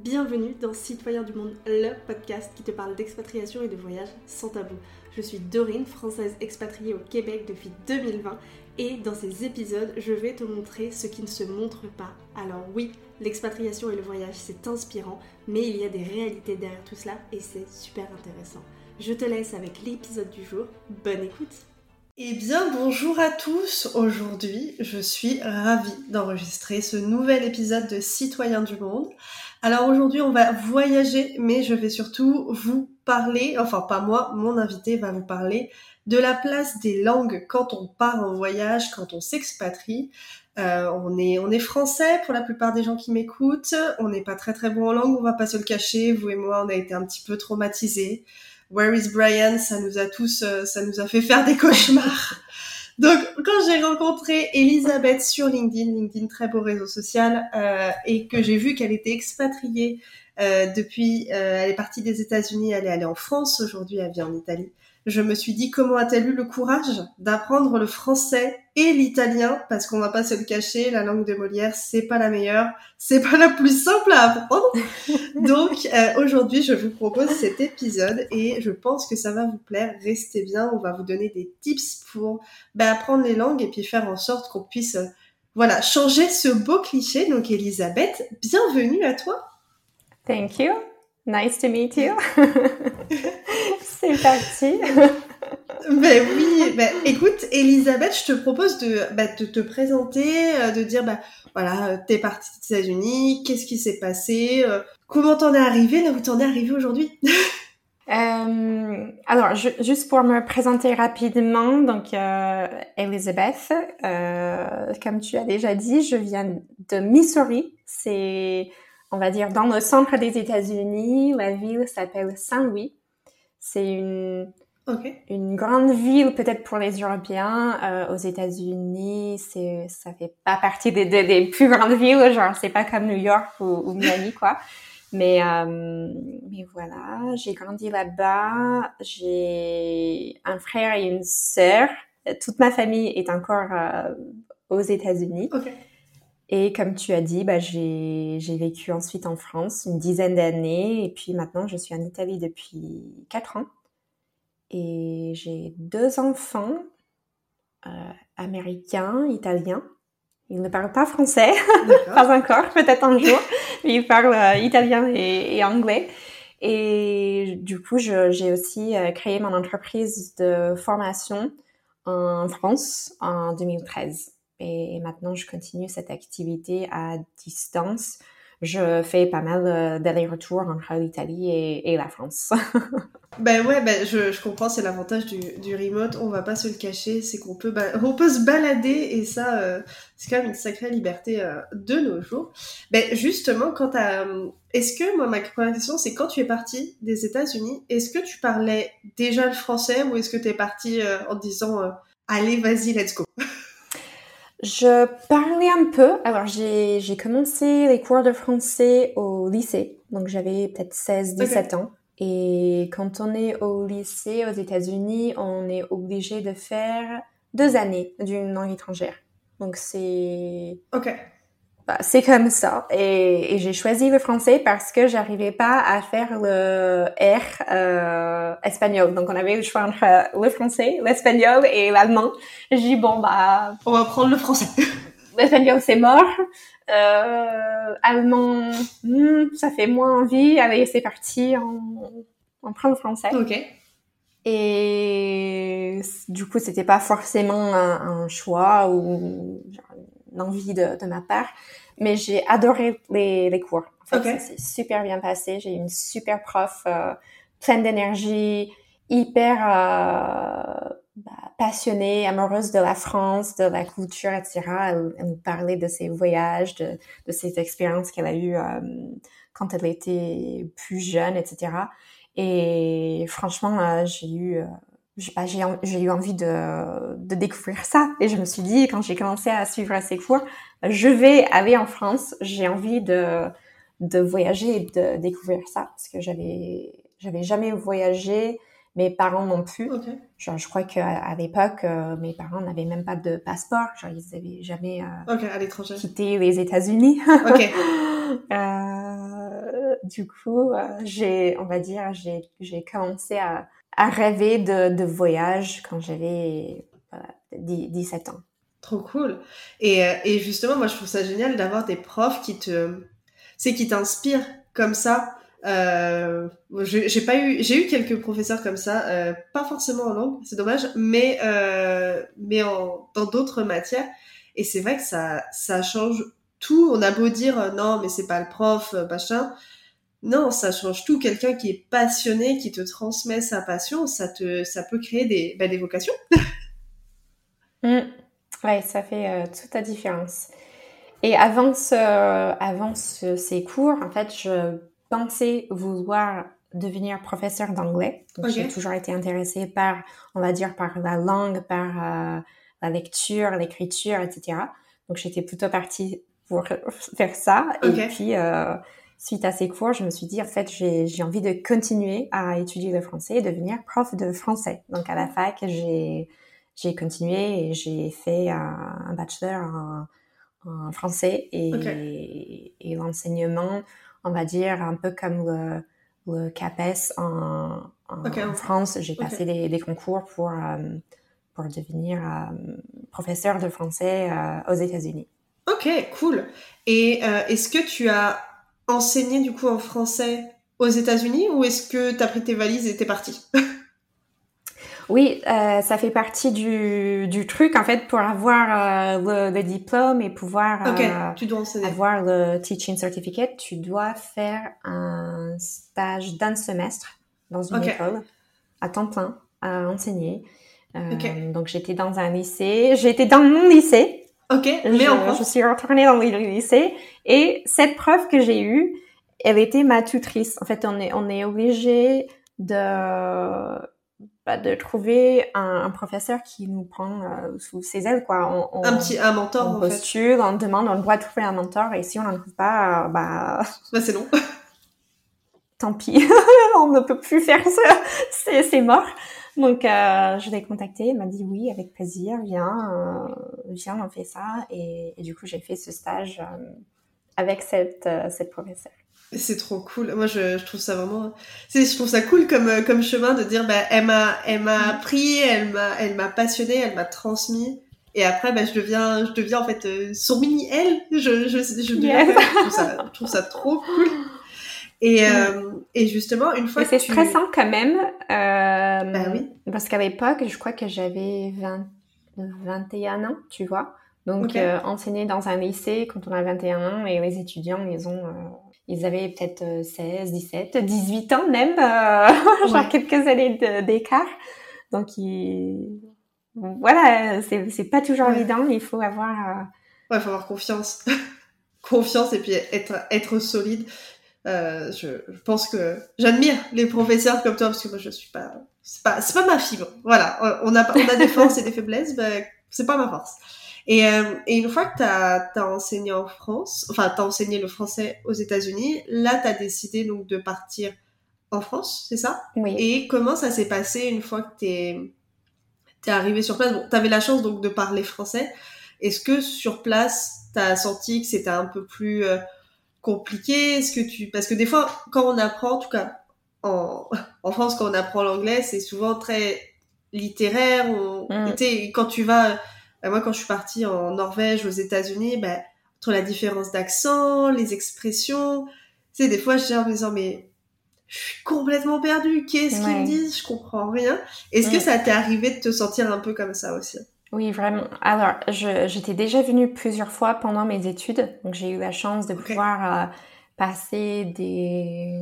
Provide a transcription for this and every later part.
bienvenue dans Citoyens du Monde, le podcast qui te parle d'expatriation et de voyage sans tabou. Je suis Dorine, française expatriée au Québec depuis 2020 et dans ces épisodes, je vais te montrer ce qui ne se montre pas. Alors oui, l'expatriation et le voyage, c'est inspirant, mais il y a des réalités derrière tout cela et c'est super intéressant. Je te laisse avec l'épisode du jour, bonne écoute! Eh bien, bonjour à tous. Aujourd'hui, je suis ravie d'enregistrer ce nouvel épisode de Citoyens du Monde. Alors aujourd'hui, on va voyager, mais je vais surtout vous parler, enfin pas moi, mon invité va vous parler de la place des langues quand on part en voyage, quand on s'expatrie. On est français pour la plupart des gens qui m'écoutent. On n'est pas très très bon en langue, on va pas se le cacher. Vous et moi, on a été un petit peu traumatisés. Where is Brian? Ça nous a fait faire des cauchemars. Donc, quand j'ai rencontré Elisabeth sur LinkedIn, très beau réseau social, et que j'ai vu qu'elle était expatriée depuis, elle est partie des États-Unis, elle est allée en France, aujourd'hui elle vit en Italie. Je me suis dit, comment a-t-elle eu le courage d'apprendre le français et l'italien? Parce qu'on va pas se le cacher, la langue de Molière, c'est pas la meilleure, c'est pas la plus simple à apprendre. Donc, aujourd'hui, je vous propose cet épisode et je pense que ça va vous plaire. Restez bien, on va vous donner des tips pour apprendre les langues et puis faire en sorte qu'on puisse, changer ce beau cliché. Donc, Elisabeth, bienvenue à toi. Thank you. Nice to meet you. C'est parti. Écoute, Elisabeth, je te propose de te présenter, de dire, t'es partie des États-Unis, qu'est-ce qui s'est passé, comment t'en es arrivée là où t'en es arrivée aujourd'hui? Alors, juste pour me présenter rapidement, donc Elisabeth, comme tu as déjà dit, je viens de Missouri. C'est, on va dire, dans le centre des États-Unis. La ville s'appelle Saint-Louis. C'est une grande ville, peut-être pour les Européens, aux États-Unis. Ça fait pas partie des plus grandes villes, genre c'est pas comme New York ou Miami, quoi. Mais voilà, j'ai grandi là-bas. J'ai un frère et une sœur. Toute ma famille est encore aux États-Unis. Okay. Et comme tu as dit, j'ai vécu ensuite en France une dizaine d'années. Et puis maintenant, je suis en Italie depuis 4 ans. Et j'ai 2 enfants américains, italiens. Ils ne parlent pas français, pas encore, peut-être un jour, mais ils parlent italien et anglais. Et du coup, j'ai aussi créé mon entreprise de formation en France en 2013. Et maintenant, je continue cette activité à distance. Je fais pas mal d'allers-retours entre l'Italie et la France. Je comprends, c'est l'avantage du remote, on va pas se le cacher, c'est qu'on peut se balader et ça, c'est quand même une sacrée liberté de nos jours. Justement, est-ce que, moi, ma première question, c'est quand tu es partie des États-Unis, est-ce que tu parlais déjà le français ou est-ce que tu es partie en te disant allez, vas-y, let's go? Je parlais un peu. Alors, j'ai commencé les cours de français au lycée. Donc, j'avais peut-être 16-17 ans. Et quand on est au lycée aux États-Unis, on est obligé de faire 2 années d'une langue étrangère. Donc, c'est comme ça. Et j'ai choisi le français parce que j'arrivais pas à faire le R espagnol. Donc, on avait le choix entre le français, l'espagnol et l'allemand. J'ai dit, on va prendre le français. L'espagnol, c'est mort. Allemand, ça fait moins envie. Allez, c'est parti, on prend le français. Ok. Et du coup, c'était pas forcément un choix ou une envie de ma part. Mais j'ai adoré les cours. En fait, ça s'est super bien passé. J'ai eu une super prof, pleine d'énergie, hyper passionnée, amoureuse de la France, de la culture, etc. Elle nous parlait de ses voyages, de ses expériences qu'elle a eues quand elle était plus jeune, etc. Et franchement, j'ai eu envie de découvrir ça. Et je me suis dit, quand j'ai commencé à suivre ces cours, je vais aller en France. J'ai envie de voyager et de découvrir ça parce que j'avais jamais voyagé. Mes parents non plus. Genre, je crois qu'à l'époque, mes parents n'avaient même pas de passeport. Genre, ils avaient jamais à l'étranger. quitté les États-Unis. du coup, j'ai commencé à rêver de voyage quand j'avais 17 ans. Trop cool. Et justement, moi, je trouve ça génial d'avoir des profs qui t'inspirent comme ça. J'ai eu quelques professeurs comme ça, pas forcément en langue, c'est dommage, mais dans d'autres matières. Et c'est vrai que ça change tout. On a beau dire non, mais c'est pas le prof, machin. Non, ça change tout. Quelqu'un qui est passionné, qui te transmet sa passion, ça peut créer des vocations. Ouais, ça fait toute la différence. Et ces cours, en fait, je pensais vouloir devenir professeur d'anglais. Donc, j'ai toujours été intéressée par, on va dire, par la langue, par la lecture, l'écriture, etc. Donc, j'étais plutôt partie pour faire ça. Et puis, suite à ces cours, je me suis dit, en fait, j'ai envie de continuer à étudier le français et devenir prof de français. Donc, à la fac, j'ai continué et j'ai fait un bachelor en français et l'enseignement, on va dire, un peu comme le CAPES en France. J'ai passé des concours pour devenir professeur de français aux États-Unis. Ok, cool. Et est-ce que tu as enseigné du coup en français aux États-Unis ou est-ce que tu as pris tes valises et t'es partie? Oui, ça fait partie du truc en fait pour avoir le diplôme et pouvoir tu dois enseigner. avoir le teaching certificate. Tu dois faire un stage d'un semestre dans une école à temps plein à enseigner. Donc j'étais dans un lycée, j'étais dans mon lycée. Je suis retournée dans le lycée et cette prof que j'ai eue, elle était ma tutrice. En fait, on est obligé de trouver un professeur qui nous prend sous ses ailes, quoi. Un mentor, on postule, on demande, on doit trouver un mentor, et si on n'en trouve pas, c'est non. Tant pis, on ne peut plus faire ça, c'est mort. Donc, je l'ai contacté, elle m'a dit oui, avec plaisir, viens, on fait ça, et du coup, j'ai fait ce stage avec cette professeure. C'est trop cool. Moi, je trouve ça vraiment, je trouve ça cool comme chemin de dire, elle m'a appris, elle m'a passionné, elle m'a transmis. Et après, je deviens en fait son mini elle. Je trouve ça trop cool. Et justement, une fois c'est stressant quand même. Oui. Parce qu'à l'époque, je crois que j'avais 21 ans, tu vois. Donc, enseigner dans un lycée quand on a 21 ans, et les étudiants, ils avaient peut-être 16, 17, 18 ans même, genre quelques années d'écart. Donc, voilà, c'est pas toujours évident, mais il faut avoir... il faut avoir confiance. Confiance et puis être solide. Je pense que j'admire les professeurs comme toi parce que moi je suis pas... C'est pas ma fibre. Voilà, on a des forces et des faiblesses, c'est pas ma force. Et une fois que t'as enseigné en France, enfin t'as enseigné le français aux États-Unis, là t'as décidé donc de partir en France, c'est ça? Oui. Et comment ça s'est passé une fois que t'es arrivé sur place? Bon, t'avais la chance donc de parler français. Est-ce que sur place t'as senti que c'était un peu plus compliqué? Parce que des fois quand on apprend, en tout cas en France, quand on apprend l'anglais, c'est souvent très littéraire. Quand tu vas... moi, quand je suis partie en Norvège, aux États-Unis, entre la différence d'accent, les expressions, des fois, je dis en me disant, mais je suis complètement perdue. Qu'est-ce qu'ils me disent? Je comprends rien. Est-ce que ça t'est arrivé de te sentir un peu comme ça aussi? Oui, vraiment. Alors, j'étais déjà venue plusieurs fois pendant mes études, donc j'ai eu la chance de pouvoir passer des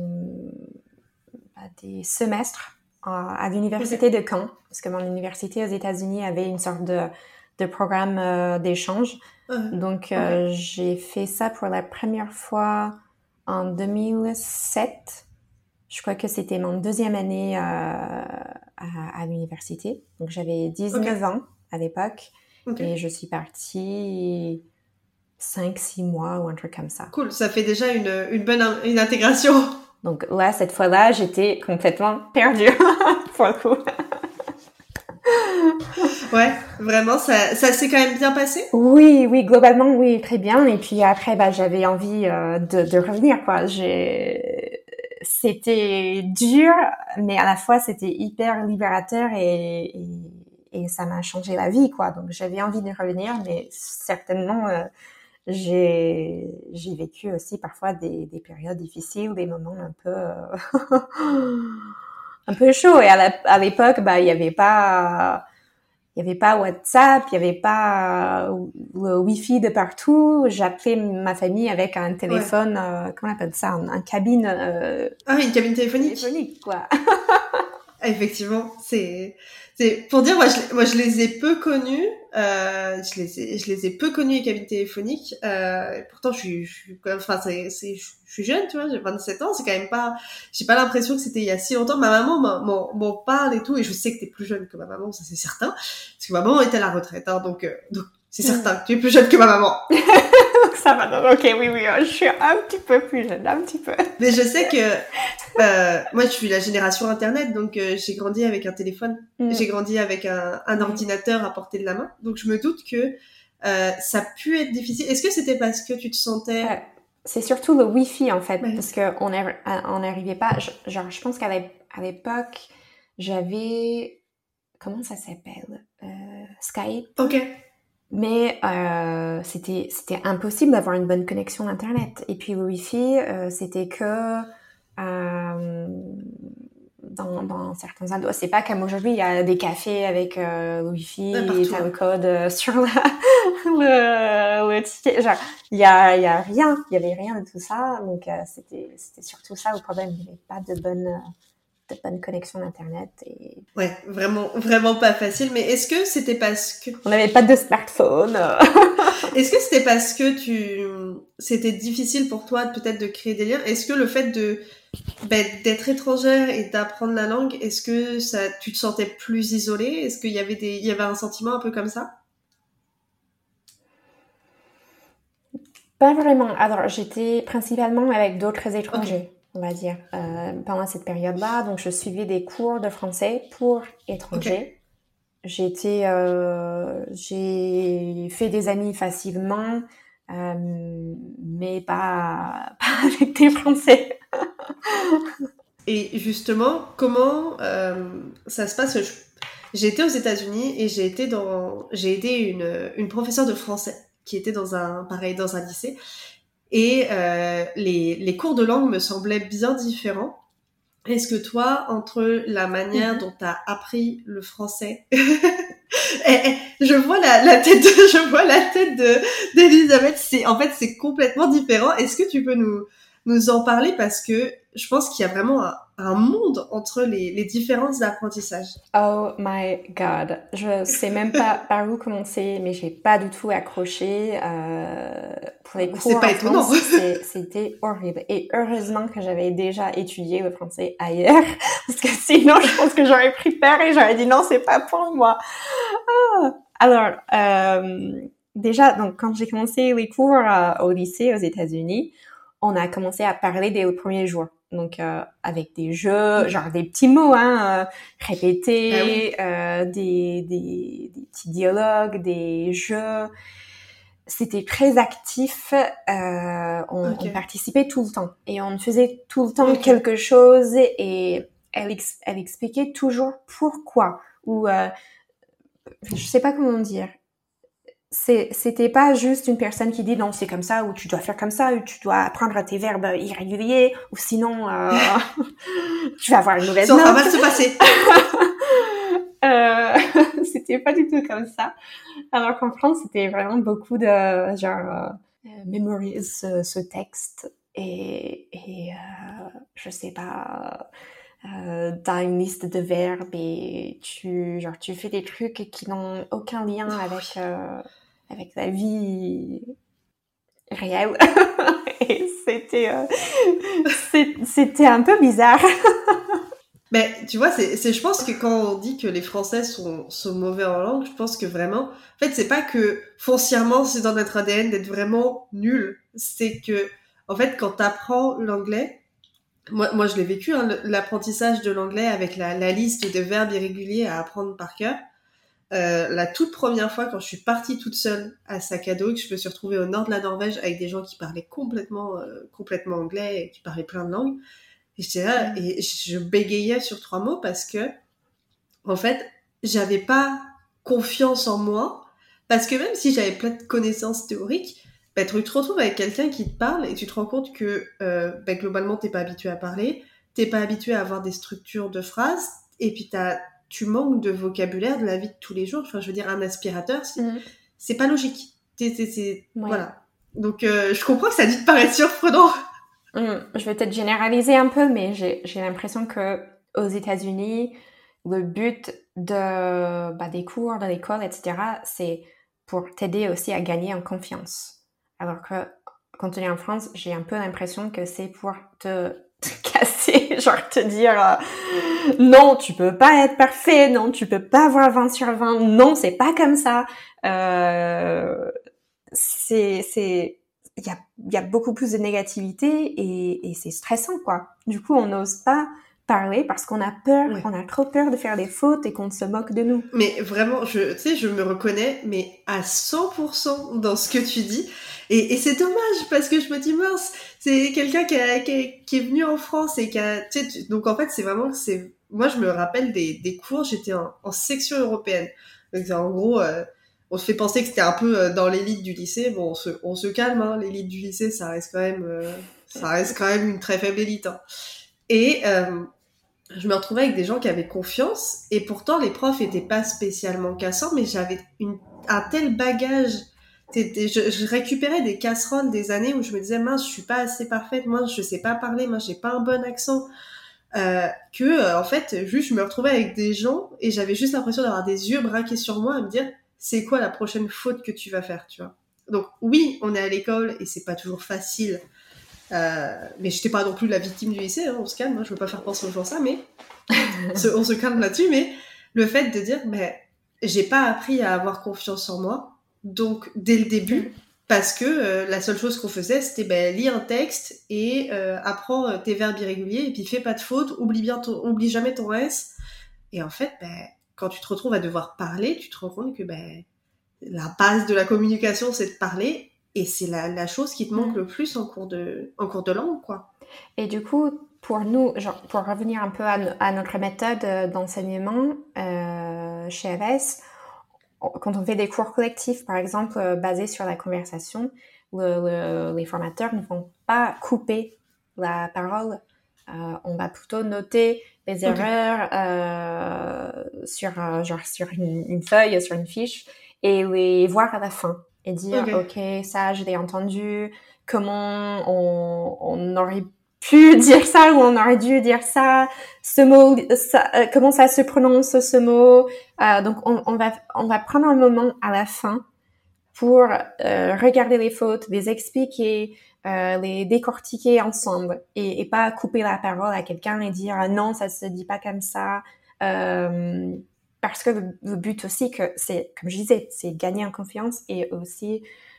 semestres à l'université de Caen, parce que mon université aux États-Unis avait une sorte de programme d'échange. Donc, j'ai fait ça pour la première fois en 2007. Je crois que c'était mon deuxième année à l'université. Donc, j'avais 19 ans à l'époque. Et je suis partie 5-6 mois ou un truc comme ça. Cool, ça fait déjà une bonne intégration. Donc là, cette fois-là, j'étais complètement perdue pour le coup. Ouais, vraiment, ça s'est quand même bien passé? Oui, globalement, oui, très bien. Et puis après, j'avais envie de revenir, quoi. c'était dur, mais à la fois c'était hyper libérateur et ça m'a changé la vie, quoi. Donc j'avais envie de revenir, mais certainement j'ai vécu aussi parfois des périodes difficiles, des moments un peu un peu chauds. Et à l'époque, bah il y avait pas WhatsApp, il y avait pas le Wi-Fi de partout. J'appelais ma famille avec un téléphone, comment on appelle ça, un cabine une cabine téléphonique, quoi. Effectivement, c'est pour dire, moi je les ai peu connus, je les ai peu connus les cabines téléphoniques. Pourtant je suis quand même, enfin je suis jeune, tu vois, j'ai 27 ans, c'est quand même pas, j'ai pas l'impression que c'était il y a si longtemps. Ma maman m'en parle et tout, et je sais que t'es plus jeune que ma maman, ça c'est certain, parce que ma maman était à la retraite, hein, donc c'est certain que tu es plus jeune que ma maman. Ça va, donc, ok, oui, je suis un petit peu plus jeune, un petit peu. Mais je sais que moi je suis la génération internet, donc j'ai grandi avec un téléphone, j'ai grandi avec un ordinateur à portée de la main, donc je me doute que ça a pu être difficile. Est-ce que c'était parce que tu te sentais... C'est surtout le Wi-Fi en fait, parce que on n'arrivait pas, genre je pense qu'à l'époque j'avais, comment ça s'appelle, Skype. Ok. Mais c'était impossible d'avoir une bonne connexion internet. Et puis le Wi-Fi, c'était que dans certains endroits. C'est pas comme aujourd'hui, il y a des cafés avec le Wi-Fi et t'as le code sur le ticket. Genre, il y a rien, il y avait rien de tout ça. Donc c'était surtout ça le problème. Il n'y avait pas de bonne connexion d'internet et... Ouais, vraiment pas facile. Mais est-ce que c'était parce que... On n'avait pas de smartphone. Est-ce que c'était parce que c'était difficile pour toi peut-être de créer des liens? Est-ce que le fait d'être étrangère et d'apprendre la langue, est-ce que tu te sentais plus isolée? Est-ce qu'il y avait un sentiment un peu comme ça? Pas vraiment. Alors, j'étais principalement avec d'autres étrangers. Okay. On va dire, pendant cette période-là. Donc, je suivais des cours de français pour étrangers. Okay. J'ai fait des amis facilement, mais pas avec des Français. Et justement, comment ça se passe? J'ai été aux États-Unis et j'ai été une professeure de français qui était dans un lycée. Et les cours de langue me semblaient bien différents. Est-ce que toi, entre la manière dont tu as appris le français, je vois la tête d'Elisabeth, c'est complètement différent. Est-ce que tu peux nous en parler, parce que je pense qu'il y a vraiment un monde entre les différences d'apprentissage. Oh my god, je sais même pas par où commencer, mais j'ai pas du tout accroché pour les cours. C'est pas étonnant. C'était horrible. Et heureusement que j'avais déjà étudié le français ailleurs, parce que sinon je pense que j'aurais pris peur et j'aurais dit non, c'est pas pour moi. Alors, déjà, donc quand j'ai commencé les cours au lycée aux États-Unis, on a commencé à parler dès le premier jour. Donc, avec des jeux, genre des petits mots, répétés, des petits dialogues, des jeux. C'était très actif. On participait tout le temps. Et on faisait tout le temps quelque chose. Et elle expliquait toujours pourquoi. Ou, je sais pas comment dire. C'était pas juste une personne qui dit non, c'est comme ça, ou tu dois faire comme ça, ou tu dois apprendre tes verbes irréguliers, ou sinon tu vas avoir une mauvaise note. Ça va mal se passer. C'était pas du tout comme ça. Alors qu'en France, c'était vraiment beaucoup de genre mémorise ce texte et je sais pas. T'as une liste de verbes et tu fais des trucs qui n'ont aucun lien avec la vie réelle. Et c'était un peu bizarre. Mais tu vois, je pense que quand on dit que les Français sont mauvais en langue, je pense que vraiment, en fait, c'est pas que foncièrement c'est dans notre ADN d'être vraiment nul. C'est que, en fait, quand t'apprends l'anglais, moi je l'ai vécu, l'apprentissage de l'anglais avec la liste de verbes irréguliers à apprendre par cœur. La toute première fois, quand je suis partie toute seule à sac à dos et que je me suis retrouvée au nord de la Norvège avec des gens qui parlaient complètement anglais et qui parlaient plein de langues, Et j'étais là, et je bégayais sur 3 mots parce que, en fait, j'avais pas confiance en moi. Parce que même si j'avais plein de connaissances théoriques, bah, tu te retrouves avec quelqu'un qui te parle et tu te rends compte que, bah, globalement, t'es pas habitué à parler, t'es pas habitué à avoir des structures de phrases, et puis tu manques de vocabulaire de la vie de tous les jours. Enfin, je veux dire, un aspirateur, c'est pas logique. Voilà. Donc, je comprends que ça a dû te paraître surprenant. Je vais peut-être généraliser un peu, mais j'ai l'impression que aux États-Unis, le but des cours, de l'école, etc., c'est pour t'aider aussi à gagner en confiance. Alors que quand tu es en France, j'ai un peu l'impression que c'est pour te casser, genre te dire non, tu peux pas être parfait, non, tu peux pas avoir 20 sur 20, non, c'est pas comme ça. Il y a beaucoup plus de négativité et c'est stressant, quoi. Du coup, on n'ose pas parler parce qu'on a peur, on a trop peur de faire des fautes et qu'on se moque de nous. Mais vraiment, je me reconnais, mais à 100% dans ce que tu dis. Et c'est dommage parce que je me dis, mince, c'est quelqu'un qui est venu en France et qui a, donc en fait, moi je me rappelle des cours, j'étais en section européenne. Donc en gros, on se fait penser que c'était un peu dans l'élite du lycée. Bon, on se calme, hein, l'élite du lycée, ça reste quand même une très faible élite, hein. Et, je me retrouvais avec des gens qui avaient confiance et pourtant les profs étaient pas spécialement cassants, mais j'avais un tel bagage. Je récupérais des casseroles des années où je me disais mince, je suis pas assez parfaite, moi je sais pas parler, moi j'ai pas un bon accent, en fait juste je me retrouvais avec des gens et j'avais juste l'impression d'avoir des yeux braqués sur moi à me dire c'est quoi la prochaine faute que tu vas faire, tu vois. Donc oui, on est à l'école et c'est pas toujours facile. Mais j'étais pas non plus la victime du lycée, hein, on se calme, hein, je veux pas faire penser aux gens ça, mais on se calme là-dessus. Mais le fait de dire, mais j'ai pas appris à avoir confiance en moi, donc dès le début, parce que la seule chose qu'on faisait, c'était lis un texte et apprends tes verbes irréguliers et puis fais pas de faute, oublie jamais ton S. Et en fait, quand tu te retrouves à devoir parler, tu te rends compte que la base de la communication, c'est de parler. Et c'est la chose qui te manque le plus en cours de langue, quoi. Et du coup, pour nous, genre, pour revenir un peu à notre méthode d'enseignement chez EVES, quand on fait des cours collectifs, par exemple, basés sur la conversation, les formateurs ne vont pas couper la parole. On va plutôt noter les erreurs sur une feuille, sur une fiche, et les voir à la fin. Et dire, ok, ça, je l'ai entendu, comment on aurait pu dire ça ou on aurait dû dire ça, ce mot, comment ça se prononce ce mot. Donc, on va prendre un moment à la fin pour regarder les fautes, les expliquer, les décortiquer ensemble et pas couper la parole à quelqu'un et dire non, ça se dit pas comme ça. Parce que le but aussi, c'est, comme je disais, c'est gagner en confiance et aussi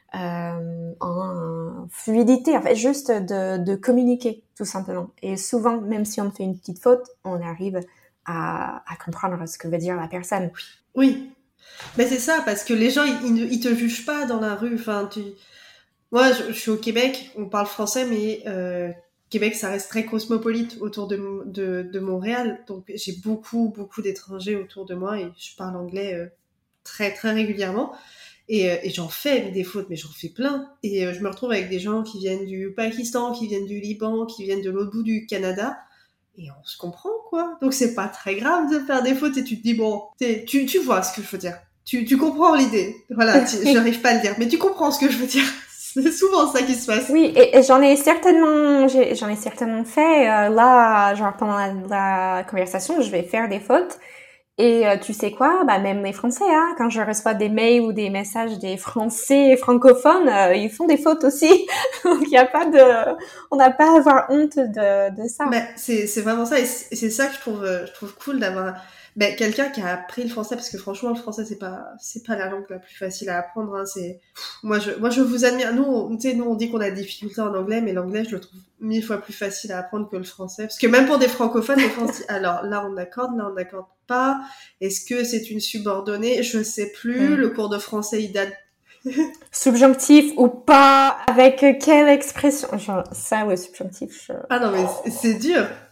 en fluidité, en fait, juste de communiquer, tout simplement. Et souvent, même si on fait une petite faute, on arrive à comprendre ce que veut dire la personne. Oui, mais c'est ça, parce que les gens, ils te jugent pas dans la rue. Enfin, moi, je suis au Québec, on parle français, mais Québec, ça reste très cosmopolite autour de Montréal. Donc, j'ai beaucoup d'étrangers autour de moi et je parle anglais très, très régulièrement. Et j'en fais des fautes, mais j'en fais plein. Et je me retrouve avec des gens qui viennent du Pakistan, qui viennent du Liban, qui viennent de l'autre bout du Canada. Et on se comprend, quoi. Donc, c'est pas très grave de faire des fautes et tu te dis, bon, tu vois ce que je veux dire. Tu comprends l'idée. Voilà, j'arrive pas à le dire, mais tu comprends ce que je veux dire. C'est souvent ça qui se passe. Oui, et j'en ai certainement fait. Là, genre pendant la conversation, je vais faire des fautes. Et tu sais quoi, même les Français, hein, quand je reçois des mails ou des messages des Français francophones, ils font des fautes aussi. Donc il y a pas on n'a pas à avoir honte de ça. C'est vraiment ça, et c'est ça que je trouve cool d'avoir quelqu'un qui a appris le français, parce que franchement le français c'est pas la langue la plus facile à apprendre, hein. Moi je vous admire. Nous on dit qu'on a des difficultés en anglais, mais l'anglais je le trouve 1000 fois plus facile à apprendre que le français, parce que même pour des francophones, des fois on se dit alors là on accorde, là on n'accorde pas, est-ce que c'est une subordonnée, je sais plus. Le cours de français il date subjonctif ou pas, avec quelle expression, genre ça, ouais, subjonctif. Ah non, mais c'est dur.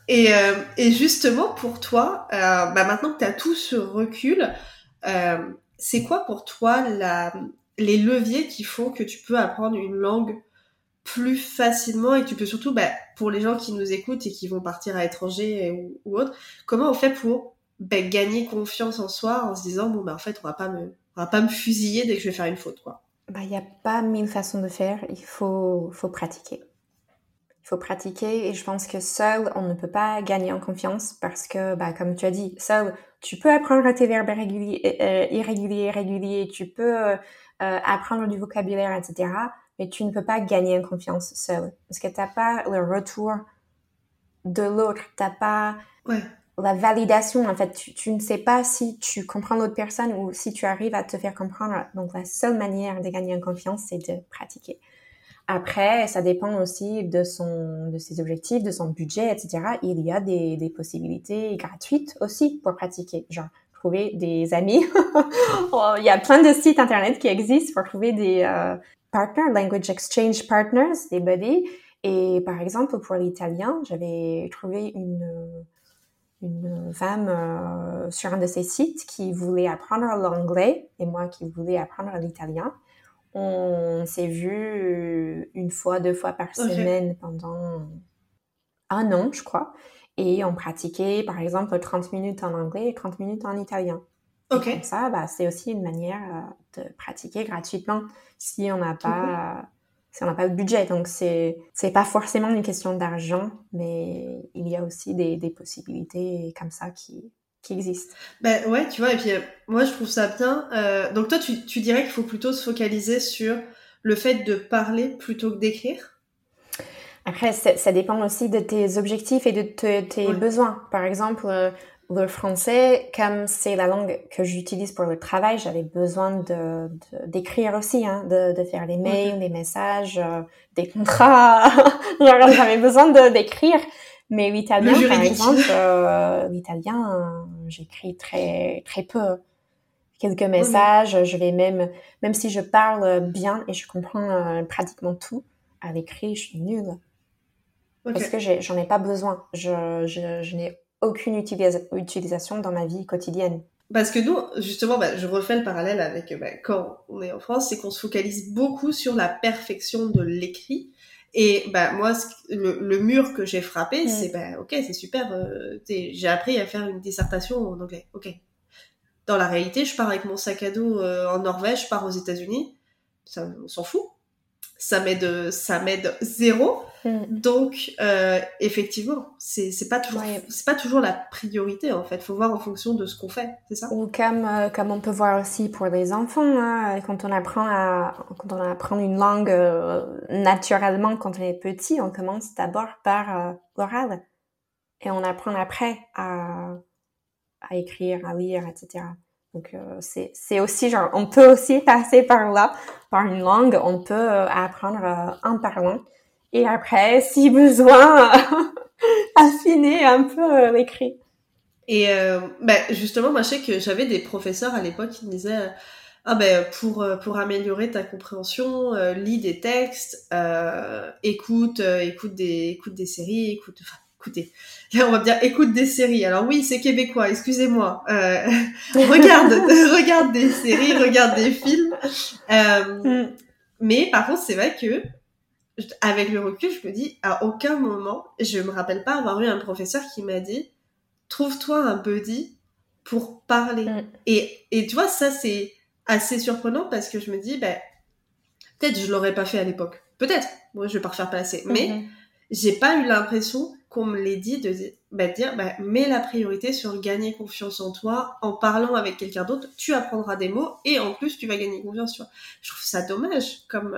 Et justement, pour toi, maintenant que tu as tout ce recul, c'est quoi pour toi les leviers qui font que tu peux apprendre une langue plus facilement et que tu peux surtout, pour les gens qui nous écoutent et qui vont partir à l'étranger ou autre, comment on fait pour gagner confiance en soi en se disant, en fait, on va pas me fusiller dès que je vais faire une faute, quoi. Il n'y a pas 1000 façons de faire, il faut pratiquer. Il faut pratiquer et je pense que seul, on ne peut pas gagner en confiance parce que, comme tu as dit, seul, tu peux apprendre tes verbes irréguliers, tu peux apprendre du vocabulaire, etc. Mais tu ne peux pas gagner en confiance seul parce que tu n'as pas le retour de l'autre, tu n'as pas la validation. En fait, tu ne sais pas si tu comprends l'autre personne ou si tu arrives à te faire comprendre. Donc, la seule manière de gagner en confiance, c'est de pratiquer. Après, ça dépend aussi de ses objectifs, de son budget, etc. Il y a des possibilités gratuites aussi pour pratiquer. Genre, trouver des amis. Il y a plein de sites internet qui existent pour trouver des partners, language exchange partners, des buddies. Et par exemple, pour l'italien, j'avais trouvé une femme sur un de ces sites qui voulait apprendre l'anglais et moi qui voulais apprendre l'italien. On s'est vu 1 fois, 2 fois par semaine pendant 1 an, je crois. Et on pratiquait, par exemple, 30 minutes en anglais et 30 minutes en italien. Ok. Et comme ça, c'est aussi une manière de pratiquer gratuitement si on n'a pas de budget. Donc, c'est pas forcément une question d'argent, mais il y a aussi des possibilités comme ça qui existent. Ouais, tu vois, et puis moi je trouve ça bien. Donc toi, tu dirais qu'il faut plutôt se focaliser sur le fait de parler plutôt que d'écrire? Après, ça dépend aussi de tes objectifs et de tes besoins. Par exemple, le français, comme c'est la langue que j'utilise pour le travail, j'avais besoin d'écrire aussi, de faire des mails, des messages, des contrats. J'avais besoin d'écrire. Mais l'italien, par exemple, j'écris très, très peu. Quelques messages, je vais même si je parle bien et je comprends pratiquement tout, à l'écrit, je suis nulle. Parce que j'en ai pas besoin. Je n'ai aucune utilisation dans ma vie quotidienne. Parce que nous, justement, je refais le parallèle avec quand on est en France, c'est qu'on se focalise beaucoup sur la perfection de l'écrit. Et moi, le mur que j'ai frappé, c'est ok, c'est super. J'ai appris à faire une dissertation en anglais. Ok. Dans la réalité, je pars avec mon sac à dos en Norvège, je pars aux États-Unis. Ça, on s'en fout. Ça m'aide zéro. Donc effectivement, c'est pas toujours la priorité en fait. Faut voir en fonction de ce qu'on fait, c'est ça? Ou comme on peut voir aussi pour les enfants, quand on apprend une langue naturellement quand on est petit, on commence d'abord par l'oral et on apprend après à écrire, à lire, etc. Donc c'est aussi genre on peut aussi passer par là, par une langue, on peut apprendre en parlant et après si besoin affiner un peu l'écrit. Et justement, moi je sais que j'avais des professeurs à l'époque qui me disaient pour améliorer ta compréhension, lis des textes, écoute des séries, écoutez. Là, on va bien écoute des séries. Alors oui, c'est québécois, excusez-moi. Regarde des séries, regarde des films. Mais par contre, c'est vrai que avec le recul, je me dis à aucun moment, je me rappelle pas avoir eu un professeur qui m'a dit trouve-toi un buddy pour parler. Et tu vois, ça c'est assez surprenant parce que je me dis peut-être je l'aurais pas fait à l'époque. Peut-être. Moi, je vais pas refaire passer. Mais j'ai pas eu l'impression qu'on me l'ait dit de dire mets la priorité sur gagner confiance en toi en parlant avec quelqu'un d'autre, tu apprendras des mots et en plus tu vas gagner confiance, tu vois. Je trouve ça dommage comme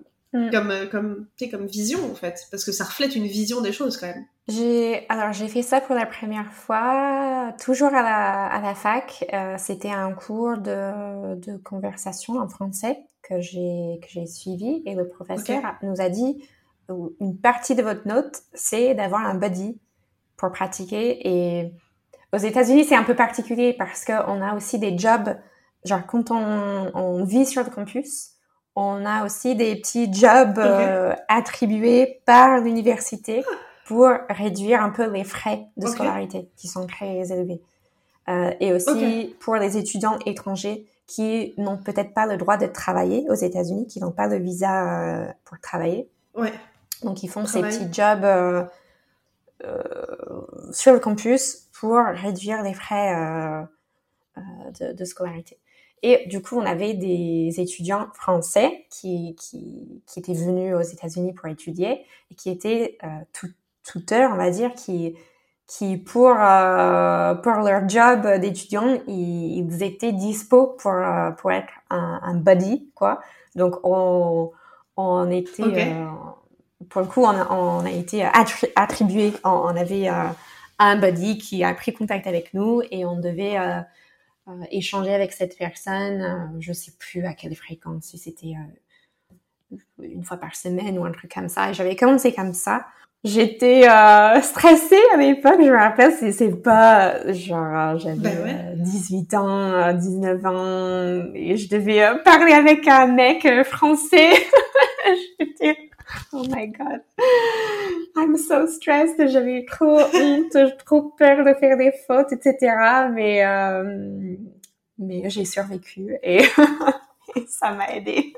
vision en fait, parce que ça reflète une vision des choses quand même. J'ai fait ça pour la première fois, toujours à la fac. C'était un cours de conversation en français que j'ai suivi et le professeur nous a dit une partie de votre note, c'est d'avoir un buddy pour pratiquer. Et aux États-Unis, c'est un peu particulier parce qu'on a aussi des jobs, genre quand on vit sur le campus, on a aussi des petits jobs attribués par l'université pour réduire un peu les frais de scolarité qui sont très élevés. Et aussi pour les étudiants étrangers qui n'ont peut-être pas le droit de travailler aux États-Unis, qui n'ont pas le visa pour travailler. Ouais. Donc, ils font ces petits jobs sur le campus pour réduire les frais de scolarité. Et du coup, on avait des étudiants français qui étaient venus aux États-Unis pour étudier et qui étaient tuteurs, on va dire, qui pour leur job d'étudiant, ils étaient dispo pour être un buddy, quoi. Donc, on était, pour le coup, on a été attribué, on avait un buddy qui a pris contact avec nous et on devait échanger avec cette personne, je sais plus à quelle fréquence, si c'était une fois par semaine ou un truc comme ça. Et j'avais commencé comme ça. J'étais stressée à l'époque, je me rappelle, c'est pas genre j'avais 18 ans, 19 ans et je devais parler avec un mec français. J'étais oh my god. I'm so stressed, j'avais trop honte, trop peur de faire des fautes, etc. Mais j'ai survécu et, et ça m'a aidée.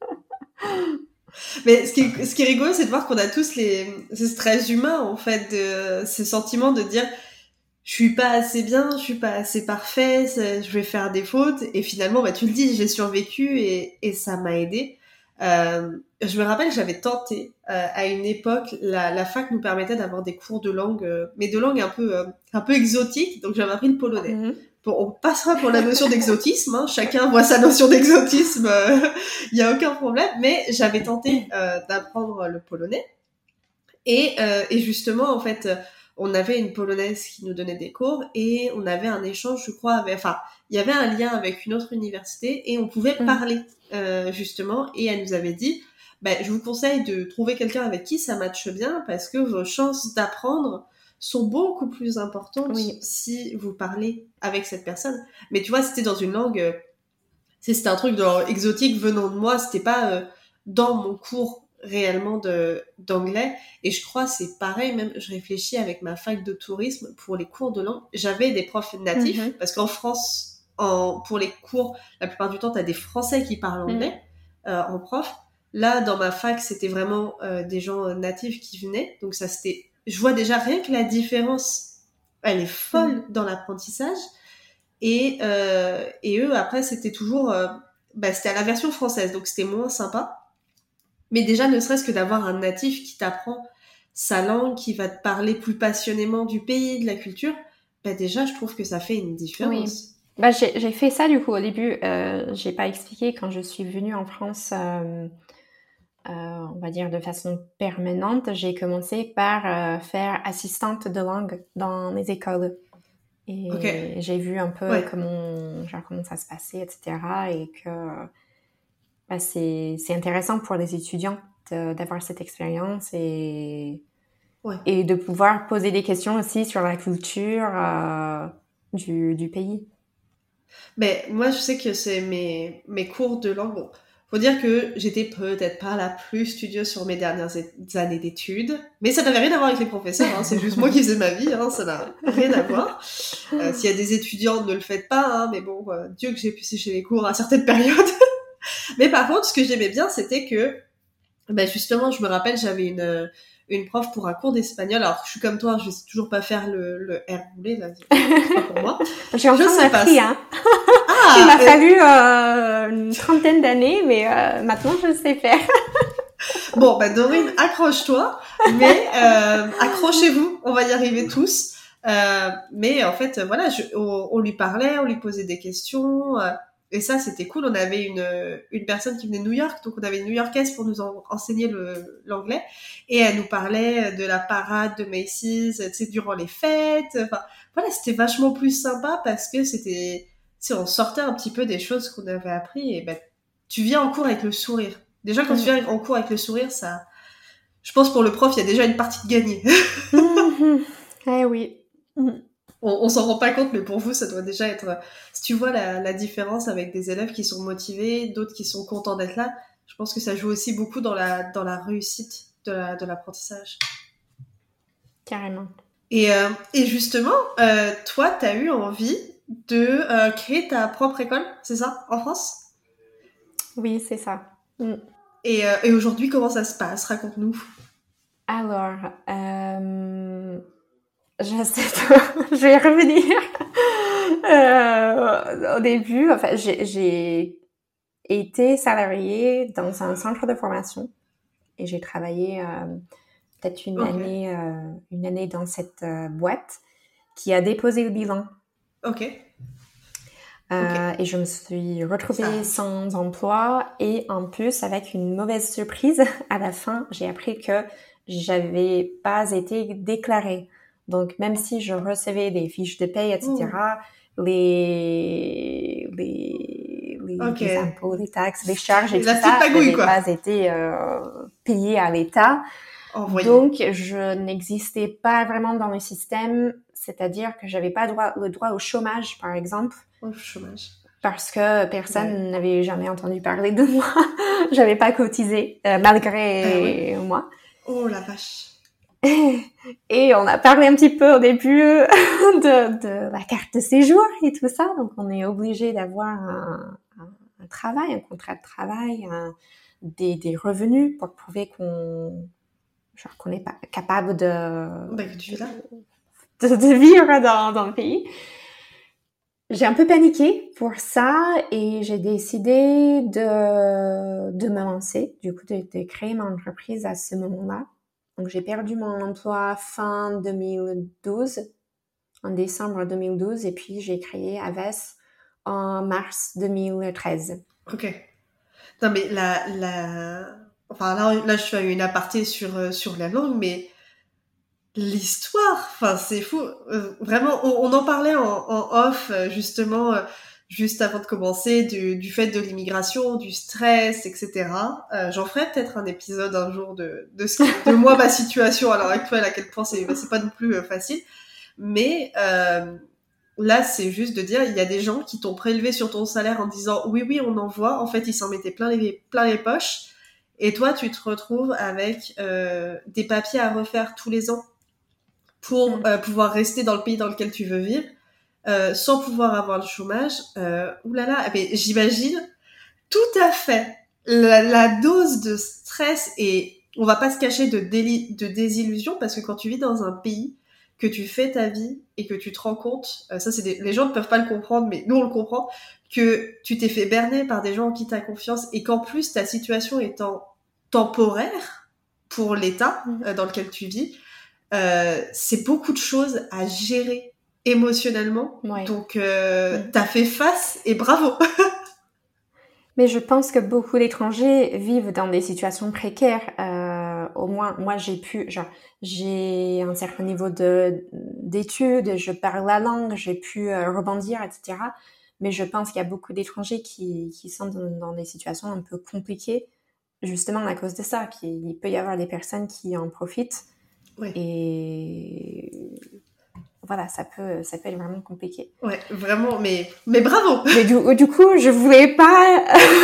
Mais ce qui est rigolo, c'est de voir qu'on a tous ce stress humain, en fait, ce sentiment de dire je suis pas assez bien, je suis pas assez parfait, je vais faire des fautes. Et finalement, bah, tu le dis, j'ai survécu et ça m'a aidé. Je me rappelle que j'avais tenté à une époque, la fac nous permettait d'avoir des cours de langue, mais de langue un peu exotique. Donc j'avais appris le polonais. Mm-hmm. Bon, on passera pour la notion d'exotisme, hein. Chacun voit sa notion d'exotisme, il y a aucun problème. Mais j'avais tenté d'apprendre le polonais et justement en fait, on avait une polonaise qui nous donnait des cours et on avait un échange, je crois, il y avait un lien avec une autre université et on pouvait parler justement. Et elle nous avait dit, je vous conseille de trouver quelqu'un avec qui ça matche bien parce que vos chances d'apprendre sont beaucoup plus importantes si vous parlez avec cette personne. Mais tu vois, c'était dans une langue, c'était un truc exotique venant de moi, c'était pas dans mon cours réellement d'anglais. Et je crois c'est pareil, même je réfléchis avec ma fac de tourisme pour les cours de langue, j'avais des profs natifs parce qu'en France, pour les cours, la plupart du temps, t'as des Français qui parlent anglais en prof. Là, dans ma fac, c'était vraiment des gens natifs qui venaient, donc ça c'était. Je vois déjà rien que la différence, elle est folle dans l'apprentissage. Et eux, après, c'était toujours... c'était à la version française, donc c'était moins sympa. Mais déjà, ne serait-ce que d'avoir un natif qui t'apprend sa langue, qui va te parler plus passionnément du pays, de la culture, déjà, je trouve que ça fait une différence. Oui. J'ai fait ça, du coup, au début. J'ai pas expliqué quand je suis venue en France... on va dire de façon permanente, j'ai commencé par faire assistante de langue dans les écoles. Et j'ai vu un peu comment ça se passait, etc. Et que c'est intéressant pour les étudiants d'avoir cette expérience et de pouvoir poser des questions aussi sur la culture du pays. Mais moi, je sais que c'est mes cours de langue. Bon, faut dire que j'étais peut-être pas la plus studieuse sur mes dernières années d'études, mais ça n'avait rien à voir avec les professeurs, hein. C'est juste moi qui faisais ma vie, hein. Ça n'a rien à voir. S'il y a des étudiants, ne le faites pas, hein. Mais bon, Dieu que j'ai pu sécher les cours à certaines périodes. Mais par contre, ce que j'aimais bien, c'était que, justement, je me rappelle, j'avais une prof pour un cours d'espagnol. Alors, je suis comme toi, je sais toujours pas faire le R roulé, là. C'est pas pour moi. J'ai encore appris, hein. Il m'a fallu une trentaine d'années, mais maintenant je sais faire. Bon, Dorine, accroche-toi, mais accrochez-vous, on va y arriver tous. Mais en fait, voilà, on lui parlait, on lui posait des questions, et ça, c'était cool. On avait une personne qui venait de New York, donc on avait une New-Yorkaise pour nous enseigner l'anglais, et elle nous parlait de la parade de Macy's, tu sais, durant les fêtes. Enfin, voilà, c'était vachement plus sympa parce que c'était... Si on sortait un petit peu des choses qu'on avait appris, et tu viens en cours avec le sourire. Déjà, quand tu viens en cours avec le sourire, ça, je pense pour le prof, il y a déjà une partie de gagnée. Eh oui. On s'en rend pas compte, mais pour vous, ça doit déjà être... Si tu vois la différence avec des élèves qui sont motivés, d'autres qui sont contents d'être là, je pense que ça joue aussi beaucoup dans la réussite de l'apprentissage. carrément. Et justement, toi, t'as eu envie de créer ta propre école, c'est ça, en France? Oui, c'est ça. Et aujourd'hui, comment ça se passe? Raconte-nous. Alors, je sais pas, je vais revenir. Au début, enfin, j'ai été salariée dans un centre de formation et j'ai travaillé peut-être Ok, une année dans cette boîte qui a déposé le bilan. ok, ok. Et je me suis Ça retrouvée arrive. sans emploi et en plus avec une mauvaise surprise. À la fin, j'ai appris que j'avais pas été déclarée. Donc même si je recevais des fiches de paye, Ouh, etc., ok. les impôts, les taxes, les charges et tout La petite ça magouille, n'avaient quoi. pas été payées à l'État. Envoyé. Donc, je n'existais pas vraiment dans le système, c'est-à-dire que j'avais pas le droit au chômage, par exemple, Oh, chômage. parce que Bah oui. personne n'avait jamais entendu parler de moi. J'avais pas cotisé, Bah oui. malgré moi. Oh la vache. Et on a parlé un petit peu au début de la carte de séjour et tout ça. Donc, on est obligé d'avoir un travail, un contrat de travail, des revenus pour prouver qu'on est pas capable Bah que tu es là. de vivre dans le pays. J'ai un peu paniqué pour ça et j'ai décidé de me lancer, du coup de créer mon entreprise à ce moment-là. Donc j'ai perdu mon emploi fin 2012, en décembre 2012, et puis j'ai créé Aves en mars 2013. Ok. Non mais enfin là je fais une aparté sur la langue, mais l'histoire, enfin c'est fou. Vraiment, on en parlait en off justement juste avant de commencer du fait de l'immigration, du stress, etc. J'en ferai peut-être un épisode un jour de moi ma situation à l'heure actuelle, à quel point c'est pas non plus facile. Mais là, c'est juste de dire, il y a des gens qui t'ont prélevé sur ton salaire en disant oui, oui, on envoie. En fait, ils s'en mettaient plein les poches. Et toi, tu te retrouves avec des papiers à refaire tous les ans pour pouvoir rester dans le pays dans lequel tu veux vivre, sans pouvoir avoir le chômage. Oulala, mais j'imagine tout à fait la dose de stress, et on va pas se cacher de désillusion, parce que quand tu vis dans un pays, que tu fais ta vie et que tu te rends compte, les gens ne peuvent pas le comprendre, mais nous on le comprend, que tu t'es fait berner par des gens en qui t'as confiance et qu'en plus ta situation étant temporaire pour l'état dans lequel tu vis, c'est beaucoup de choses à gérer émotionnellement. Ouais. Donc t'as fait face et bravo. Mais je pense que beaucoup d'étrangers vivent dans des situations précaires. Au moins, moi, j'ai un certain niveau d'études, je parle la langue, j'ai pu rebondir, etc. Mais je pense qu'il y a beaucoup d'étrangers qui sont dans des situations un peu compliquées, justement à cause de ça. Il peut y avoir des personnes qui en profitent. Oui. Et voilà, ça peut être vraiment compliqué. Ouais, vraiment, mais bravo. Mais du coup, je voulais pas.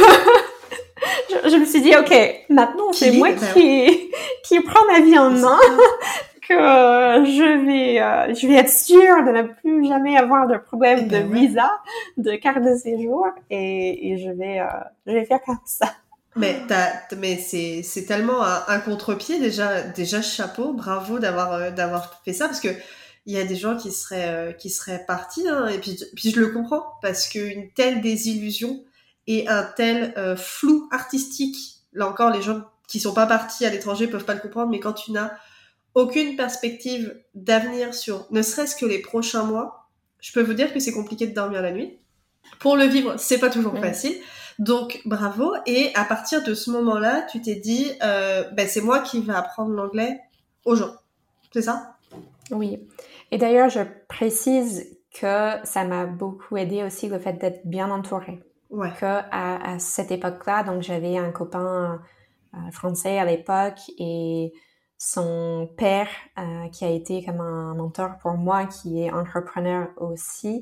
Je me suis dit, ok, maintenant c'est moi qui prends ma vie en main, que je vais être sûre de ne plus jamais avoir de problème de visa, de carte de séjour, et je vais faire comme ça. Mais c'est tellement un contre-pied, déjà chapeau, bravo d'avoir fait ça, parce que il y a des gens qui seraient partis, hein, et puis je le comprends, parce qu'une telle désillusion et un tel flou artistique, là encore les gens qui sont pas partis à l'étranger peuvent pas le comprendre, mais quand tu n'as aucune perspective d'avenir sur ne serait-ce que les prochains mois, je peux vous dire que c'est compliqué de dormir la nuit. Pour le vivre, c'est pas toujours facile. Donc bravo. Et à partir de ce moment-là, tu t'es dit, c'est moi qui vais apprendre l'anglais aux gens. C'est ça? Oui. Et d'ailleurs, je précise que ça m'a beaucoup aidé aussi le fait d'être bien entourée. Ouais. Que à cette époque-là, donc j'avais un copain français à l'époque et son père qui a été comme un mentor pour moi, qui est entrepreneur aussi.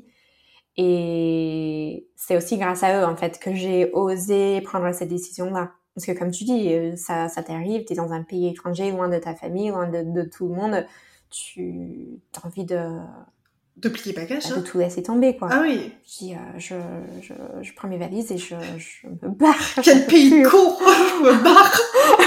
Et c'est aussi grâce à eux, en fait, que j'ai osé prendre cette décision-là. Parce que comme tu dis, ça t'arrive, t'es dans un pays étranger, loin de ta famille, loin de tout le monde. tu as envie de plier bagage, de tout laisser tomber, quoi. Ah oui. Je dis, je prends mes valises et je me barre. Quel pays con. Je me barre.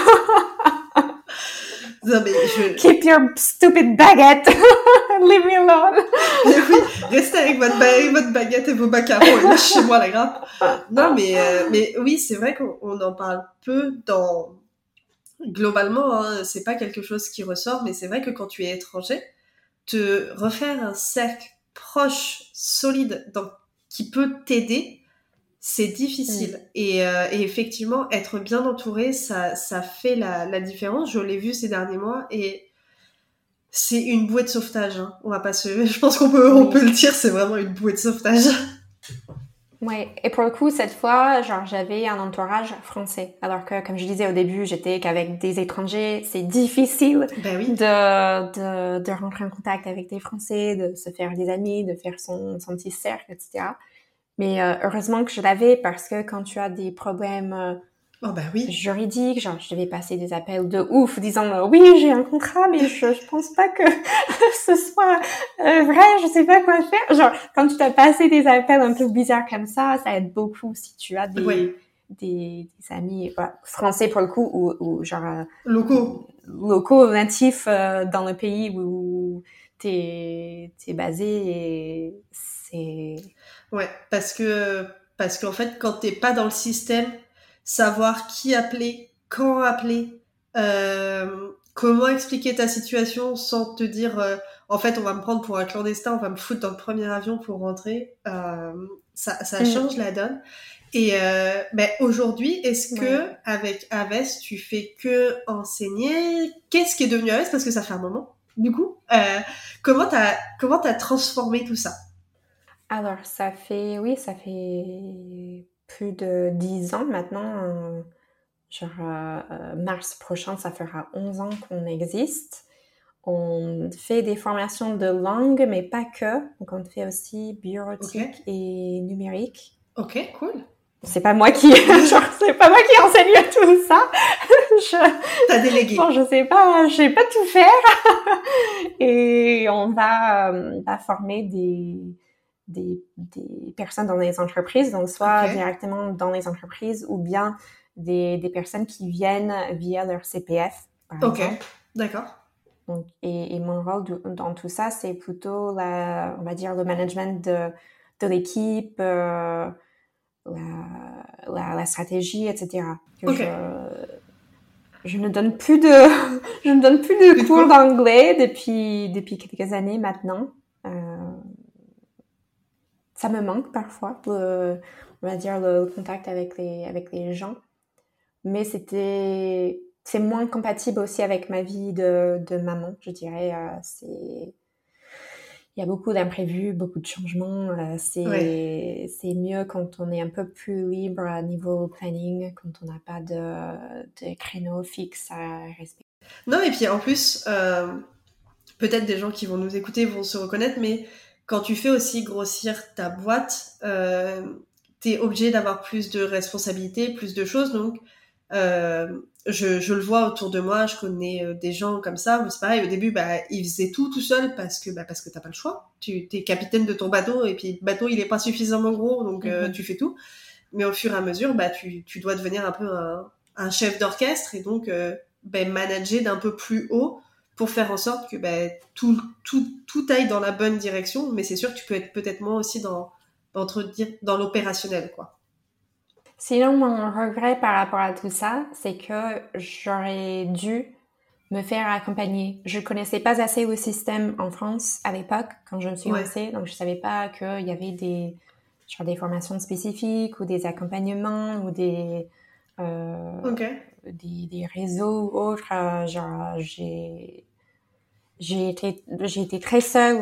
Non, mais Keep your stupid baguette. Leave me alone. Mais oui, restez avec votre baguette et vos macarons et lâchez-moi la grappe. Non, mais oui, c'est vrai qu'on en parle peu globalement, hein, c'est pas quelque chose qui ressort, mais c'est vrai que quand tu es étranger, te refaire un cercle proche, solide, qui peut t'aider, c'est difficile. Et effectivement, être bien entouré, ça fait la différence. Je l'ai vu ces derniers mois et c'est une bouée de sauvetage. Hein. Je pense qu'on peut le dire, c'est vraiment une bouée de sauvetage. Ouais, et pour le coup, cette fois, j'avais un entourage français. Alors que, comme je disais au début, j'étais qu'avec des étrangers. C'est difficile de rentrer en contact avec des Français, de se faire des amis, de faire son petit cercle, etc. Mais heureusement que je l'avais parce que quand tu as des problèmes juridiques, je devais passer des appels de ouf disant oui, j'ai un contrat, mais je pense pas que ce soit vrai, je sais pas quoi faire. Quand tu t'as passé des appels un peu bizarres comme ça aide beaucoup si tu as des amis français pour le coup ou locaux natifs dans le pays où t'es basé et c'est... Ouais, parce qu'en fait, quand t'es pas dans le système, savoir qui appeler, quand appeler, comment expliquer ta situation sans te dire en fait on va me prendre pour un clandestin, on va me foutre dans le premier avion pour rentrer, ça change la donne. Et aujourd'hui, est-ce que avec Aves, tu fais que enseigner? Qu'est-ce qui est devenu Aves? Parce que ça fait un moment. Du coup, comment t'as transformé tout ça? Alors, ça fait plus de 10 ans maintenant. Mars prochain, ça fera 11 ans qu'on existe. On fait des formations de langue, mais pas que. Donc, on fait aussi bureautique et numérique. Ok, cool. C'est pas moi qui enseigne tout ça. T'as délégué. Bon, je sais pas tout faire. Et on va former des personnes dans les entreprises, donc soit directement dans les entreprises ou bien des personnes qui viennent via leur CPF, par exemple. D'accord. Donc, et mon rôle dans tout ça, c'est plutôt on va dire le management de l'équipe, la stratégie, etc. Je ne donne plus de cours d'anglais depuis quelques années maintenant. Ça me manque parfois, on va dire le contact avec les gens. Mais c'est moins compatible aussi avec ma vie de maman, je dirais. Il y a beaucoup d'imprévus, beaucoup de changements. C'est mieux quand on est un peu plus libre à niveau planning, quand on n'a pas de créneau fixe à respecter. Non, et puis en plus, peut-être des gens qui vont nous écouter vont se reconnaître, mais quand tu fais aussi grossir ta boîte, t'es obligé d'avoir plus de responsabilités, plus de choses. Donc, je le vois autour de moi, je connais des gens comme ça, c'est pareil, au début, ils faisaient tout seuls parce que t'as pas le choix. T'es capitaine de ton bateau, et puis le bateau, il est pas suffisamment gros, donc tu fais tout. Mais au fur et à mesure, tu dois devenir un peu un chef d'orchestre, et donc manager d'un peu plus haut pour faire en sorte que tout aille dans la bonne direction. Mais c'est sûr que tu peux être peut-être moins aussi dans l'opérationnel, quoi. Sinon, mon regret par rapport à tout ça, c'est que j'aurais dû me faire accompagner. Je connaissais pas assez le système en France à l'époque quand je me suis lancée, donc je savais pas qu'il y avait des formations spécifiques ou des accompagnements ou des réseaux autres. J'ai été très seule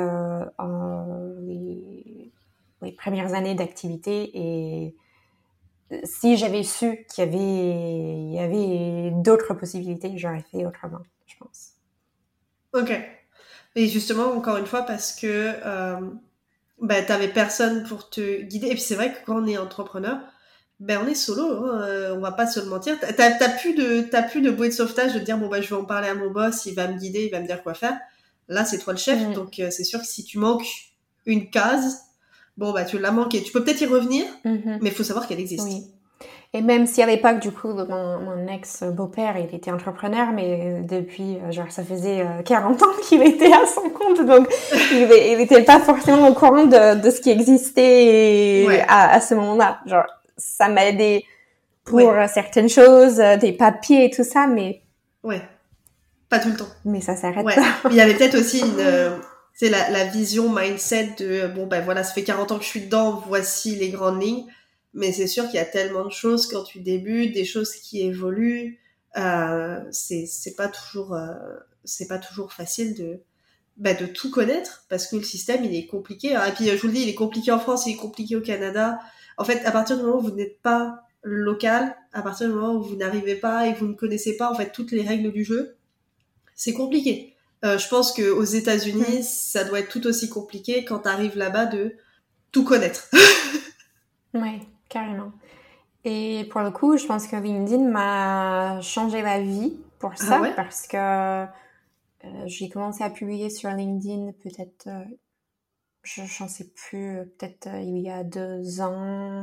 les premières années d'activité, et si j'avais su qu'il y avait d'autres possibilités, j'aurais fait autrement, je pense. Ok. Et justement, encore une fois, parce que t'avais personne pour te guider. Et puis c'est vrai que quand on est entrepreneur, on est solo, hein, on va pas se le mentir. T'as plus de bouée de sauvetage de dire je vais en parler à mon boss, il va me guider, il va me dire quoi faire. Là, c'est toi le chef, donc c'est sûr que si tu manques une case, bon, bah, tu l'as manqué. Tu peux peut-être y revenir, mais il faut savoir qu'elle existe. Oui. Et même si à l'époque, du coup, mon ex-beau-père, il était entrepreneur, mais depuis, genre, ça faisait 40 ans qu'il était à son compte, donc il était pas forcément au courant de ce qui existait à ce moment-là. Genre, ça m'a aidé pour certaines choses, des papiers et tout ça, mais... Ouais, pas tout le temps. Mais ça s'arrête là. Il y avait peut-être aussi c'est la vision mindset de, bon, ben voilà, ça fait 40 ans que je suis dedans, voici les grandes lignes. Mais c'est sûr qu'il y a tellement de choses quand tu débutes, des choses qui évoluent. C'est pas toujours facile de tout connaître parce que le système il est compliqué. Et puis je vous le dis, il est compliqué en France, il est compliqué au Canada. En fait, à partir du moment où vous n'êtes pas local, à partir du moment où vous n'arrivez pas et que vous ne connaissez pas en fait toutes les règles du jeu, c'est compliqué. Je pense que aux États-Unis, ça doit être tout aussi compliqué quand t'arrives là-bas de tout connaître. Ouais. Carrément. Et pour le coup, je pense que LinkedIn m'a changé la vie pour ça, parce que j'ai commencé à publier sur LinkedIn peut-être, j'en sais plus, peut-être il y a 2 ans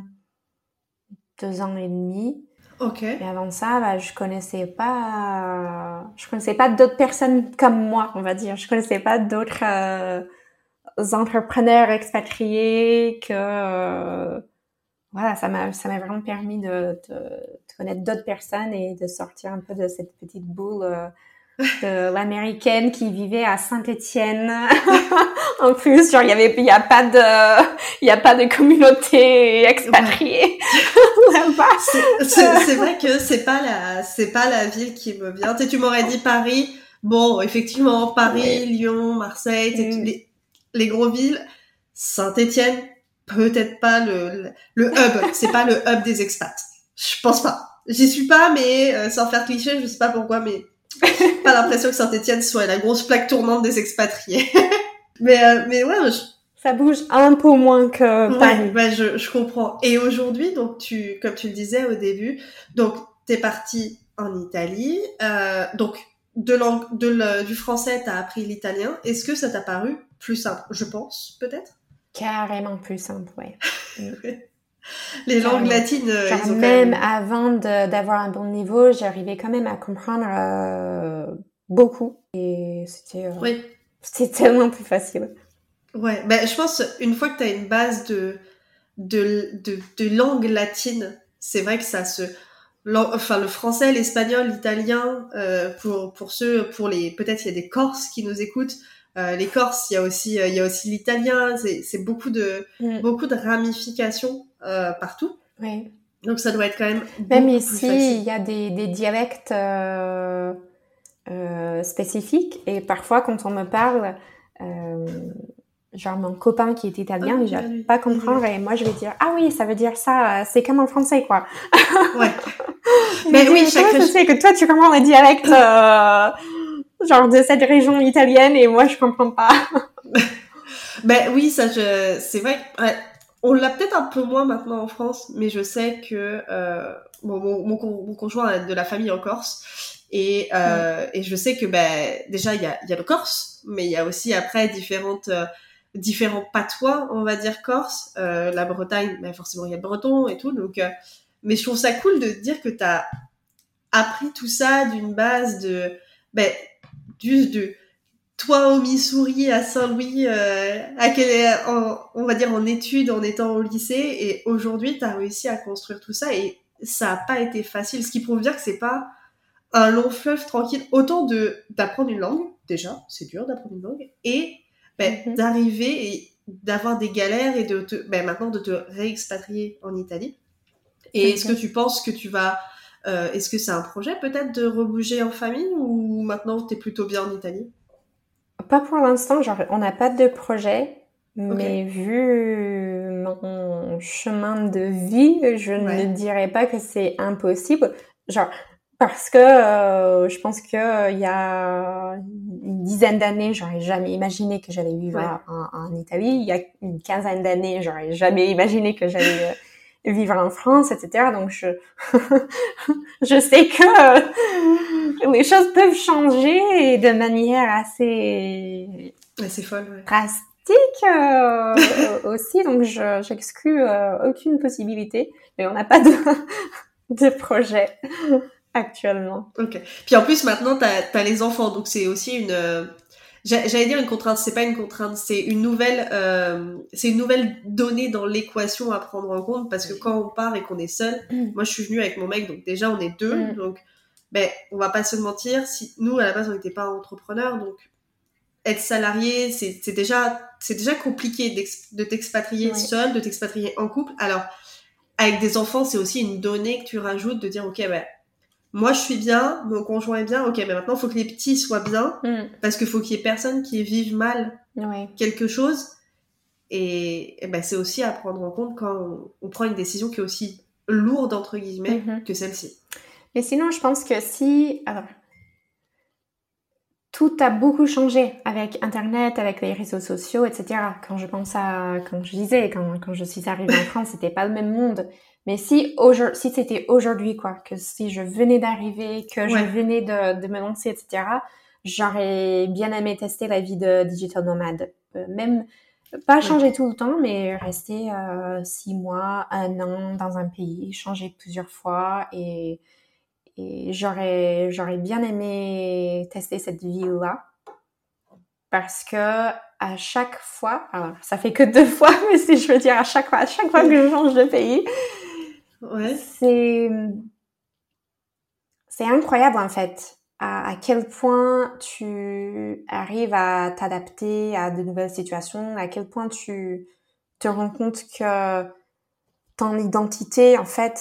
et demi. Ok. Et avant ça, bah, je connaissais pas d'autres personnes comme moi, on va dire. Je connaissais pas d'autres entrepreneurs expatriés que voilà, ça m'a vraiment permis de connaître d'autres personnes et de sortir un peu de cette petite boule de l'américaine qui vivait à Saint-Étienne. En plus, genre, il y a pas de communauté expatriée là-bas. C'est vrai que c'est pas la ville qui me vient. Tu sais, tu m'aurais dit Paris. Bon, effectivement, Paris, Lyon, Marseille, les gros villes. Saint-Étienne, peut-être pas le hub. C'est pas le hub des expats. Je pense pas. J'y suis pas, mais sans faire cliché, je sais pas pourquoi, mais pas l'impression que Saint-Étienne soit la grosse plaque tournante des expatriés. mais ouais, ça bouge un peu moins que Paris. Ouais, je comprends. Et aujourd'hui, donc comme tu le disais au début, donc t'es parti en Italie, donc du français t'as appris l'italien. Est-ce que ça t'a paru plus simple? Je pense, peut-être. Carrément plus simple, ouais. Les langues latines, genre ils ont même quand même... avant d'avoir un bon niveau, j'arrivais quand même à comprendre beaucoup, et c'était tellement plus facile. Ouais, ben je pense une fois que t'as une base de langue latine, c'est vrai que ça enfin le français, l'espagnol, l'italien, pour les peut-être il y a des Corses qui nous écoutent. Les Corses, il y a aussi l'italien. C'est beaucoup de ramifications partout. Oui. Donc ça doit être quand même même beaucoup ici, plus facile. il y a des dialectes spécifiques, et parfois quand on me parle, genre mon copain qui est italien, il va pas comprendre, et moi je vais dire ah oui, ça veut dire ça, c'est comme en français quoi. Ouais. Mais oui, je sais que toi tu comprends le dialecte genre de cette région italienne, et moi je comprends pas. Ben oui, c'est vrai que on l'a peut-être un peu moins maintenant en France, mais je sais que mon conjoint a de la famille en Corse, et je sais que déjà il y a le corse, mais il y a aussi après différents patois, on va dire corse. La Bretagne, forcément il y a le breton et tout, donc mais je trouve ça cool de dire que t'as appris tout ça d'une base juste de toi au Missouri, à Saint-Louis, on va dire en études, en étant au lycée, et aujourd'hui t'as réussi à construire tout ça, et ça a pas été facile, ce qui prouve dire que c'est pas un long fleuve tranquille. Autant d'apprendre une langue, déjà, c'est dur d'apprendre une langue, et d'arriver et d'avoir des galères, et maintenant de te réexpatrier en Italie. Et est-ce que tu penses que tu vas... est-ce que c'est un projet peut-être de rebouger en famille, ou maintenant t'es plutôt bien en Italie? Pas pour l'instant, genre on n'a pas de projet, mais vu mon chemin de vie, je ne dirais pas que c'est impossible. Genre parce que je pense que il y a une dizaine d'années, j'aurais jamais imaginé que j'allais vivre en Italie. Il y a une quinzaine d'années, j'aurais jamais imaginé que j'allais vivre en France, etc. Donc je sais que les choses peuvent changer de manière assez folle, ouais. Drastique aussi. Donc j'exclus aucune possibilité, mais on n'a pas de projet actuellement. Ok. Puis en plus maintenant t'as les enfants, donc c'est aussi une j'allais dire une contrainte, c'est pas une contrainte, c'est une nouvelle donnée dans l'équation à prendre en compte, parce que quand on part et qu'on est seul, moi je suis venue avec mon mec, donc déjà on est deux, donc ben on va pas se mentir, si nous à la base on n'était pas entrepreneurs, donc être salarié c'est déjà compliqué de t'expatrier seul, de t'expatrier en couple. Alors avec des enfants c'est aussi une donnée que tu rajoutes, de dire ok ben moi je suis bien, mon conjoint est bien, ok, mais maintenant il faut que les petits soient bien, parce qu'il faut qu'il y ait personne qui vive mal quelque chose, et ben, c'est aussi à prendre en compte quand on prend une décision qui est aussi lourde entre guillemets que celle-ci. Mais sinon je pense que alors, tout a beaucoup changé avec Internet, avec les réseaux sociaux, etc. Quand je suis arrivée en France, c'était pas le même monde. Mais si c'était aujourd'hui, quoi, que si je venais d'arriver, que je venais de me lancer, etc., j'aurais bien aimé tester la vie de digital nomade. Même pas changer tout le temps, mais rester 6 mois, 1 an dans un pays, changer plusieurs fois, et j'aurais bien aimé tester cette vie-là, parce que à chaque fois, alors ça fait que 2 fois, mais si je veux dire à chaque fois que je change de pays, c'est incroyable en fait à quel point tu arrives à t'adapter à de nouvelles situations, à quel point tu te rends compte que ton identité en fait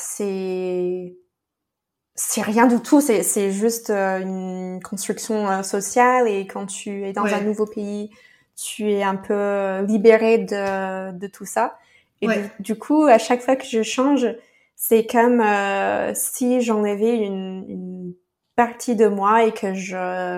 c'est rien du tout, c'est juste une construction sociale, et quand tu es dans un nouveau pays, tu es un peu libéré de tout ça. Et du coup, à chaque fois que je change, c'est comme si j'enlevais une partie de moi, et que je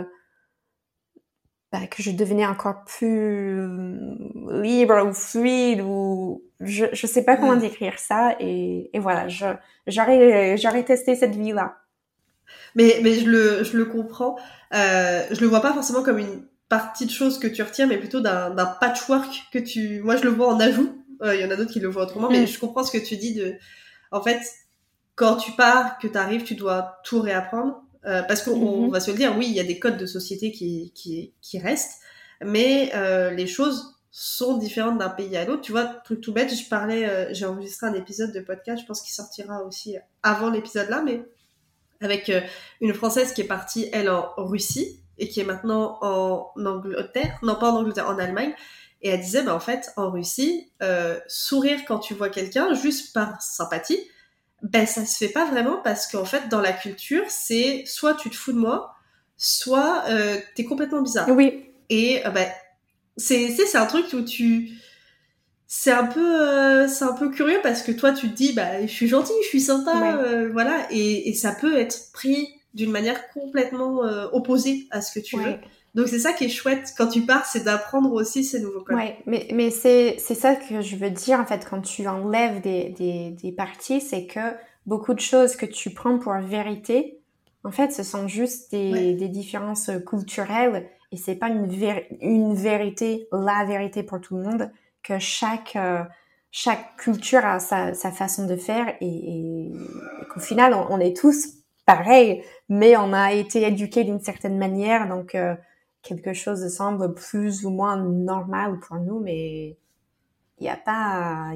devenais encore plus libre ou fluide, ou je sais pas comment décrire ça, et voilà, j'aurais testé cette vie-là. Mais je le comprends. Je le vois pas forcément comme une partie de choses que tu retiens, mais plutôt d'un patchwork que moi je le vois en ajout. Il y en a d'autres qui le voient autrement, mais je comprends ce que tu dis en fait, quand tu pars, que t'arrives, tu dois tout réapprendre. Parce qu'on va se le dire, oui, il y a des codes de société qui restent, mais les choses sont différentes d'un pays à l'autre. Tu vois, truc tout bête, j'ai enregistré un épisode de podcast, je pense qu'il sortira aussi avant l'épisode là, mais avec une Française qui est partie, elle, en Russie, et qui est maintenant en Angleterre, non pas en Angleterre, en Allemagne, et elle disait, en fait, en Russie, sourire quand tu vois quelqu'un, juste par sympathie, ça se fait pas vraiment, parce qu'en fait, dans la culture, c'est soit tu te fous de moi, soit t'es complètement bizarre. Oui. Et c'est un truc où c'est un peu curieux, parce que toi tu te dis je suis gentille, je suis sympa, voilà, et ça peut être pris d'une manière complètement opposée à ce que tu veux. Donc c'est ça qui est chouette quand tu pars, c'est d'apprendre aussi ces nouveaux codes. Mais c'est ça que je veux dire en fait, quand tu enlèves des parties, c'est que beaucoup de choses que tu prends pour vérité, en fait ce sont juste des différences culturelles, et c'est pas une vérité, la vérité pour tout le monde, que chaque culture a sa façon de faire, et qu'au final on est tous pareils, mais on a été éduqués d'une certaine manière, donc quelque chose semble plus ou moins normal pour nous, mais il n'y a pas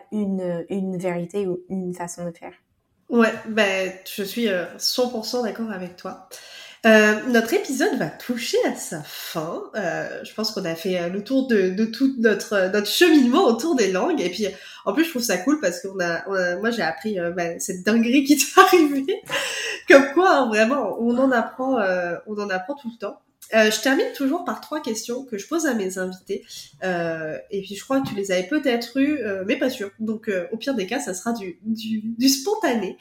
une vérité ou une façon de faire. Ouais, je suis 100% d'accord avec toi. Notre épisode va toucher à sa fin. Je pense qu'on a fait le tour de tout notre cheminement autour des langues. Et puis, en plus, je trouve ça cool parce moi, j'ai appris cette dinguerie qui t'est arrivée. Comme quoi, hein, vraiment, on en apprend tout le temps. Je termine toujours par 3 questions que je pose à mes invités. Et puis, je crois que tu les avais peut-être eues, mais pas sûr. Donc, au pire des cas, ça sera du spontané.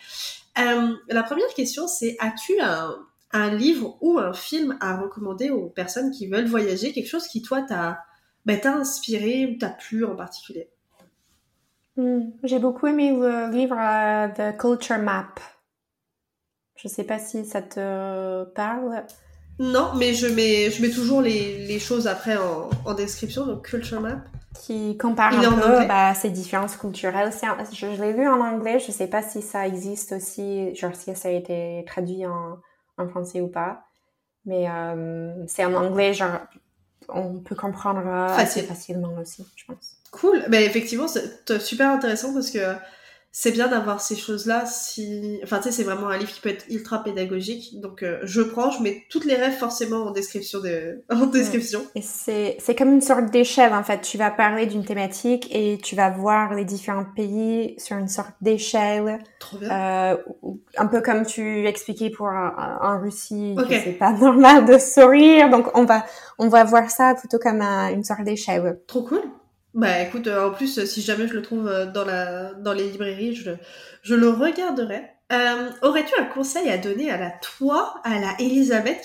La première question, c'est: as-tu un livre ou un film à recommander aux personnes qui veulent voyager, quelque chose qui toi t'a inspiré ou t'a plu en particulier? J'ai beaucoup aimé le livre The Culture Map. Je sais pas si ça te parle. Non, mais je mets toujours les choses après en description, donc Culture Map. Qui compare Il est un en peu anglais? ces différences culturelles. Je l'ai lu en anglais, je sais pas si ça existe aussi, genre si ça a été traduit en français ou pas. Mais c'est en anglais, genre on peut comprendre assez Facile. facilement aussi, je pense. Cool. Mais effectivement, c'est super intéressant parce que c'est bien d'avoir ces choses-là. Si, enfin, tu sais, c'est vraiment un livre qui peut être ultra pédagogique. Donc, je mets toutes les rêves forcément en description en Mm. description. Et c'est comme une sorte d'échelle en fait. Tu vas parler d'une thématique et tu vas voir les différents pays sur une sorte d'échelle. Trop bien. Un peu comme tu expliquais pour en Russie Ok. que c'est pas normal de sourire. Donc on va voir ça plutôt comme une sorte d'échelle. Trop cool. Bah écoute, en plus, si jamais je le trouve dans les librairies, je le regarderai. Aurais-tu un conseil à donner à à la Elisabeth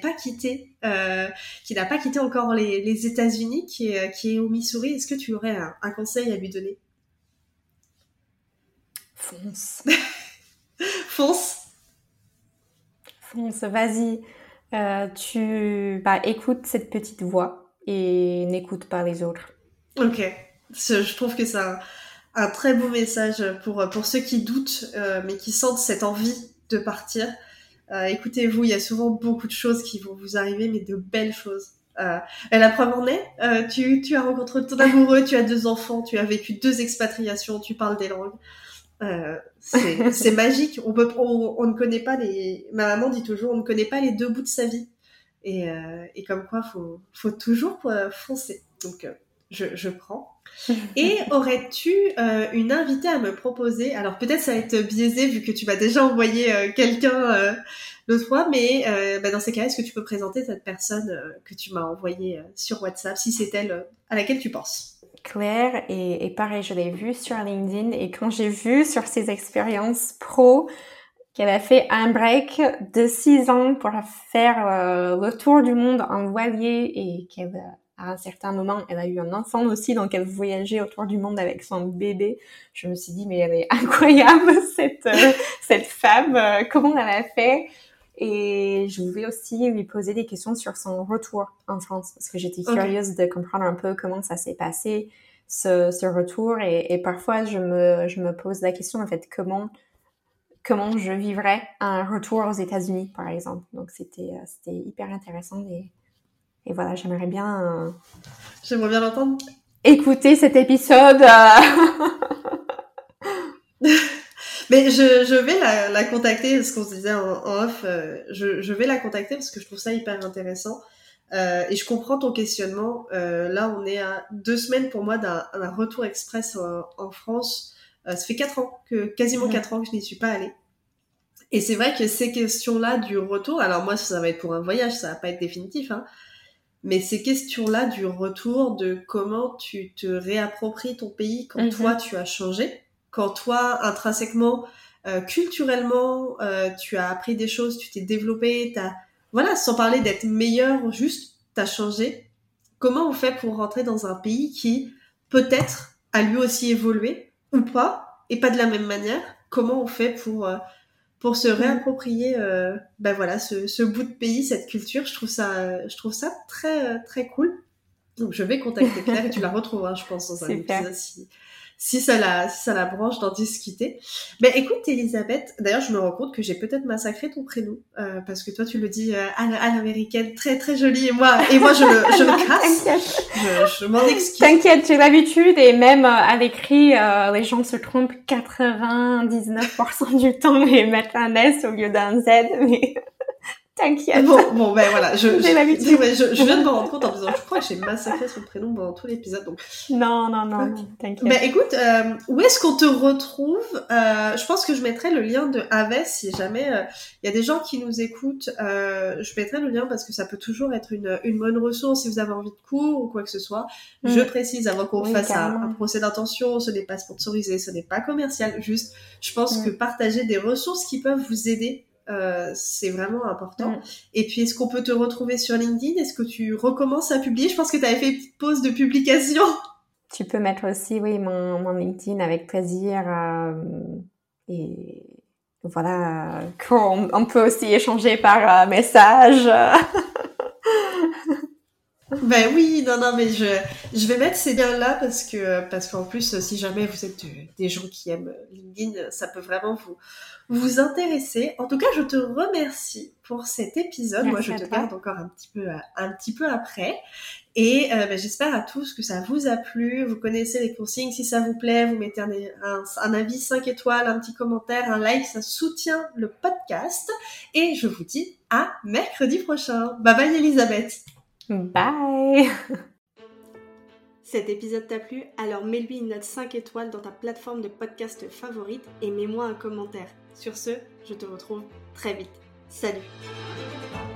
qui n'a pas quitté encore les États-Unis, qui est au Missouri? Est-ce que tu aurais un conseil à lui donner? Fonce, Fonce. fonce, vas-y. Écoute cette petite voix et n'écoute pas les autres. Ok. Je trouve que c'est un très beau message pour ceux qui doutent, mais qui sentent cette envie de partir. Écoutez-vous, il y a souvent beaucoup de choses qui vont vous arriver, mais de belles choses. Et la preuve en est, tu as rencontré ton amoureux, tu as 2 enfants, tu as vécu 2 expatriations, tu parles des langues. C'est magique. On ne connaît pas ma maman dit toujours, on ne connaît pas les 2 bouts de sa vie. Et comme quoi, faut toujours foncer. Donc, je prends. Et aurais-tu une invitée à me proposer? Alors peut-être ça va être biaisé vu que tu m'as déjà envoyé quelqu'un l'autre fois, mais dans ces cas, est-ce que tu peux présenter cette personne que tu m'as envoyée sur WhatsApp, si c'est elle à laquelle tu penses? Claire et pareil, je l'ai vue sur LinkedIn et quand j'ai vu sur ses expériences pro qu'elle a fait un break de 6 ans pour faire le tour du monde en voilier et qu'elle à un certain moment, elle a eu un enfant aussi, donc elle voyageait autour du monde avec son bébé. Je me suis dit, mais elle est incroyable, cette femme, comment elle a fait? Et je voulais aussi lui poser des questions sur son retour en France, parce que j'étais Ok. curieuse de comprendre un peu comment ça s'est passé, ce retour. Et parfois, je me pose la question, en fait, comment je vivrais un retour aux États-Unis, par exemple. Donc, c'était hyper intéressant. Et voilà, j'aimerais bien J'aimerais bien l'entendre. écouter cet épisode. Mais je vais la contacter, ce qu'on se disait en off, je vais la contacter parce que je trouve ça hyper intéressant. Et je comprends ton questionnement. Là, on est à 2 semaines pour moi d'un retour express en France. Ça fait 4 ans, quasiment 4 ans que je n'y suis pas allée. Et c'est vrai que ces questions-là du retour, alors moi, ça va être pour un voyage, ça va pas être définitif, hein, mais ces questions-là du retour, de comment tu te réappropries ton pays quand toi tu as changé, quand toi intrinsèquement, culturellement, tu as appris des choses, tu t'es développé, voilà, sans parler d'être meilleur, juste t'as changé. Comment on fait pour rentrer dans un pays qui peut-être a lui aussi évolué ou pas, et pas de la même manière? Comment on fait pour se réapproprier voilà ce bout de pays, cette culture? Je trouve ça très très cool. Donc je vais contacter Claire et tu la retrouveras, je pense, dans un Super. épisode si ça la branche d'en discuter. Mais écoute, Elisabeth, d'ailleurs je me rends compte que j'ai peut-être massacré ton prénom parce que toi tu le dis à l'américaine, très très joli, et moi je le casse. T'inquiète. Je m'en excuse. T'inquiète, j'ai l'habitude et même à l'écrit, les gens se trompent 99% du temps et mettent un S au lieu d'un Z, mais t'inquiète. Bon, ben voilà, J'ai l'habitude. Je viens de me rendre compte en disant, je crois que j'ai massacré son prénom pendant tout l'épisode, donc. Non, Ok. t'inquiète. Ben écoute, où est-ce qu'on te retrouve? Je pense que je mettrai le lien de Aves si jamais il y a des gens qui nous écoutent. Je mettrai le lien parce que ça peut toujours être une bonne ressource si vous avez envie de cours ou quoi que ce soit. Je précise avant qu'on fasse un procès d'intention, ce n'est pas sponsorisé, ce n'est pas commercial. Juste, je pense que partager des ressources qui peuvent vous aider, c'est vraiment important. Et puis, est-ce qu'on peut te retrouver sur LinkedIn? Est-ce que tu recommences à publier? Je pense que tu avais fait une pause de publication. Tu peux mettre aussi, oui, mon LinkedIn avec plaisir. Et voilà, on peut aussi échanger par message. Ben oui, non, mais je vais mettre ces liens-là parce qu'en plus, si jamais vous êtes des gens qui aiment LinkedIn, ça peut vraiment vous intéresser. En tout cas, je te remercie pour cet épisode. Merci. Moi, je te garde encore un petit peu après. Et j'espère à tous que ça vous a plu. Vous connaissez les consignes. Si ça vous plaît, vous mettez un avis 5 étoiles, un petit commentaire, un like. Ça soutient le podcast. Et je vous dis à mercredi prochain. Bye bye Elisabeth. Bye. Cet épisode t'a plu? Alors mets-lui une note 5 étoiles dans ta plateforme de podcast favorite et mets-moi un commentaire. Sur ce, je te retrouve très vite. Salut!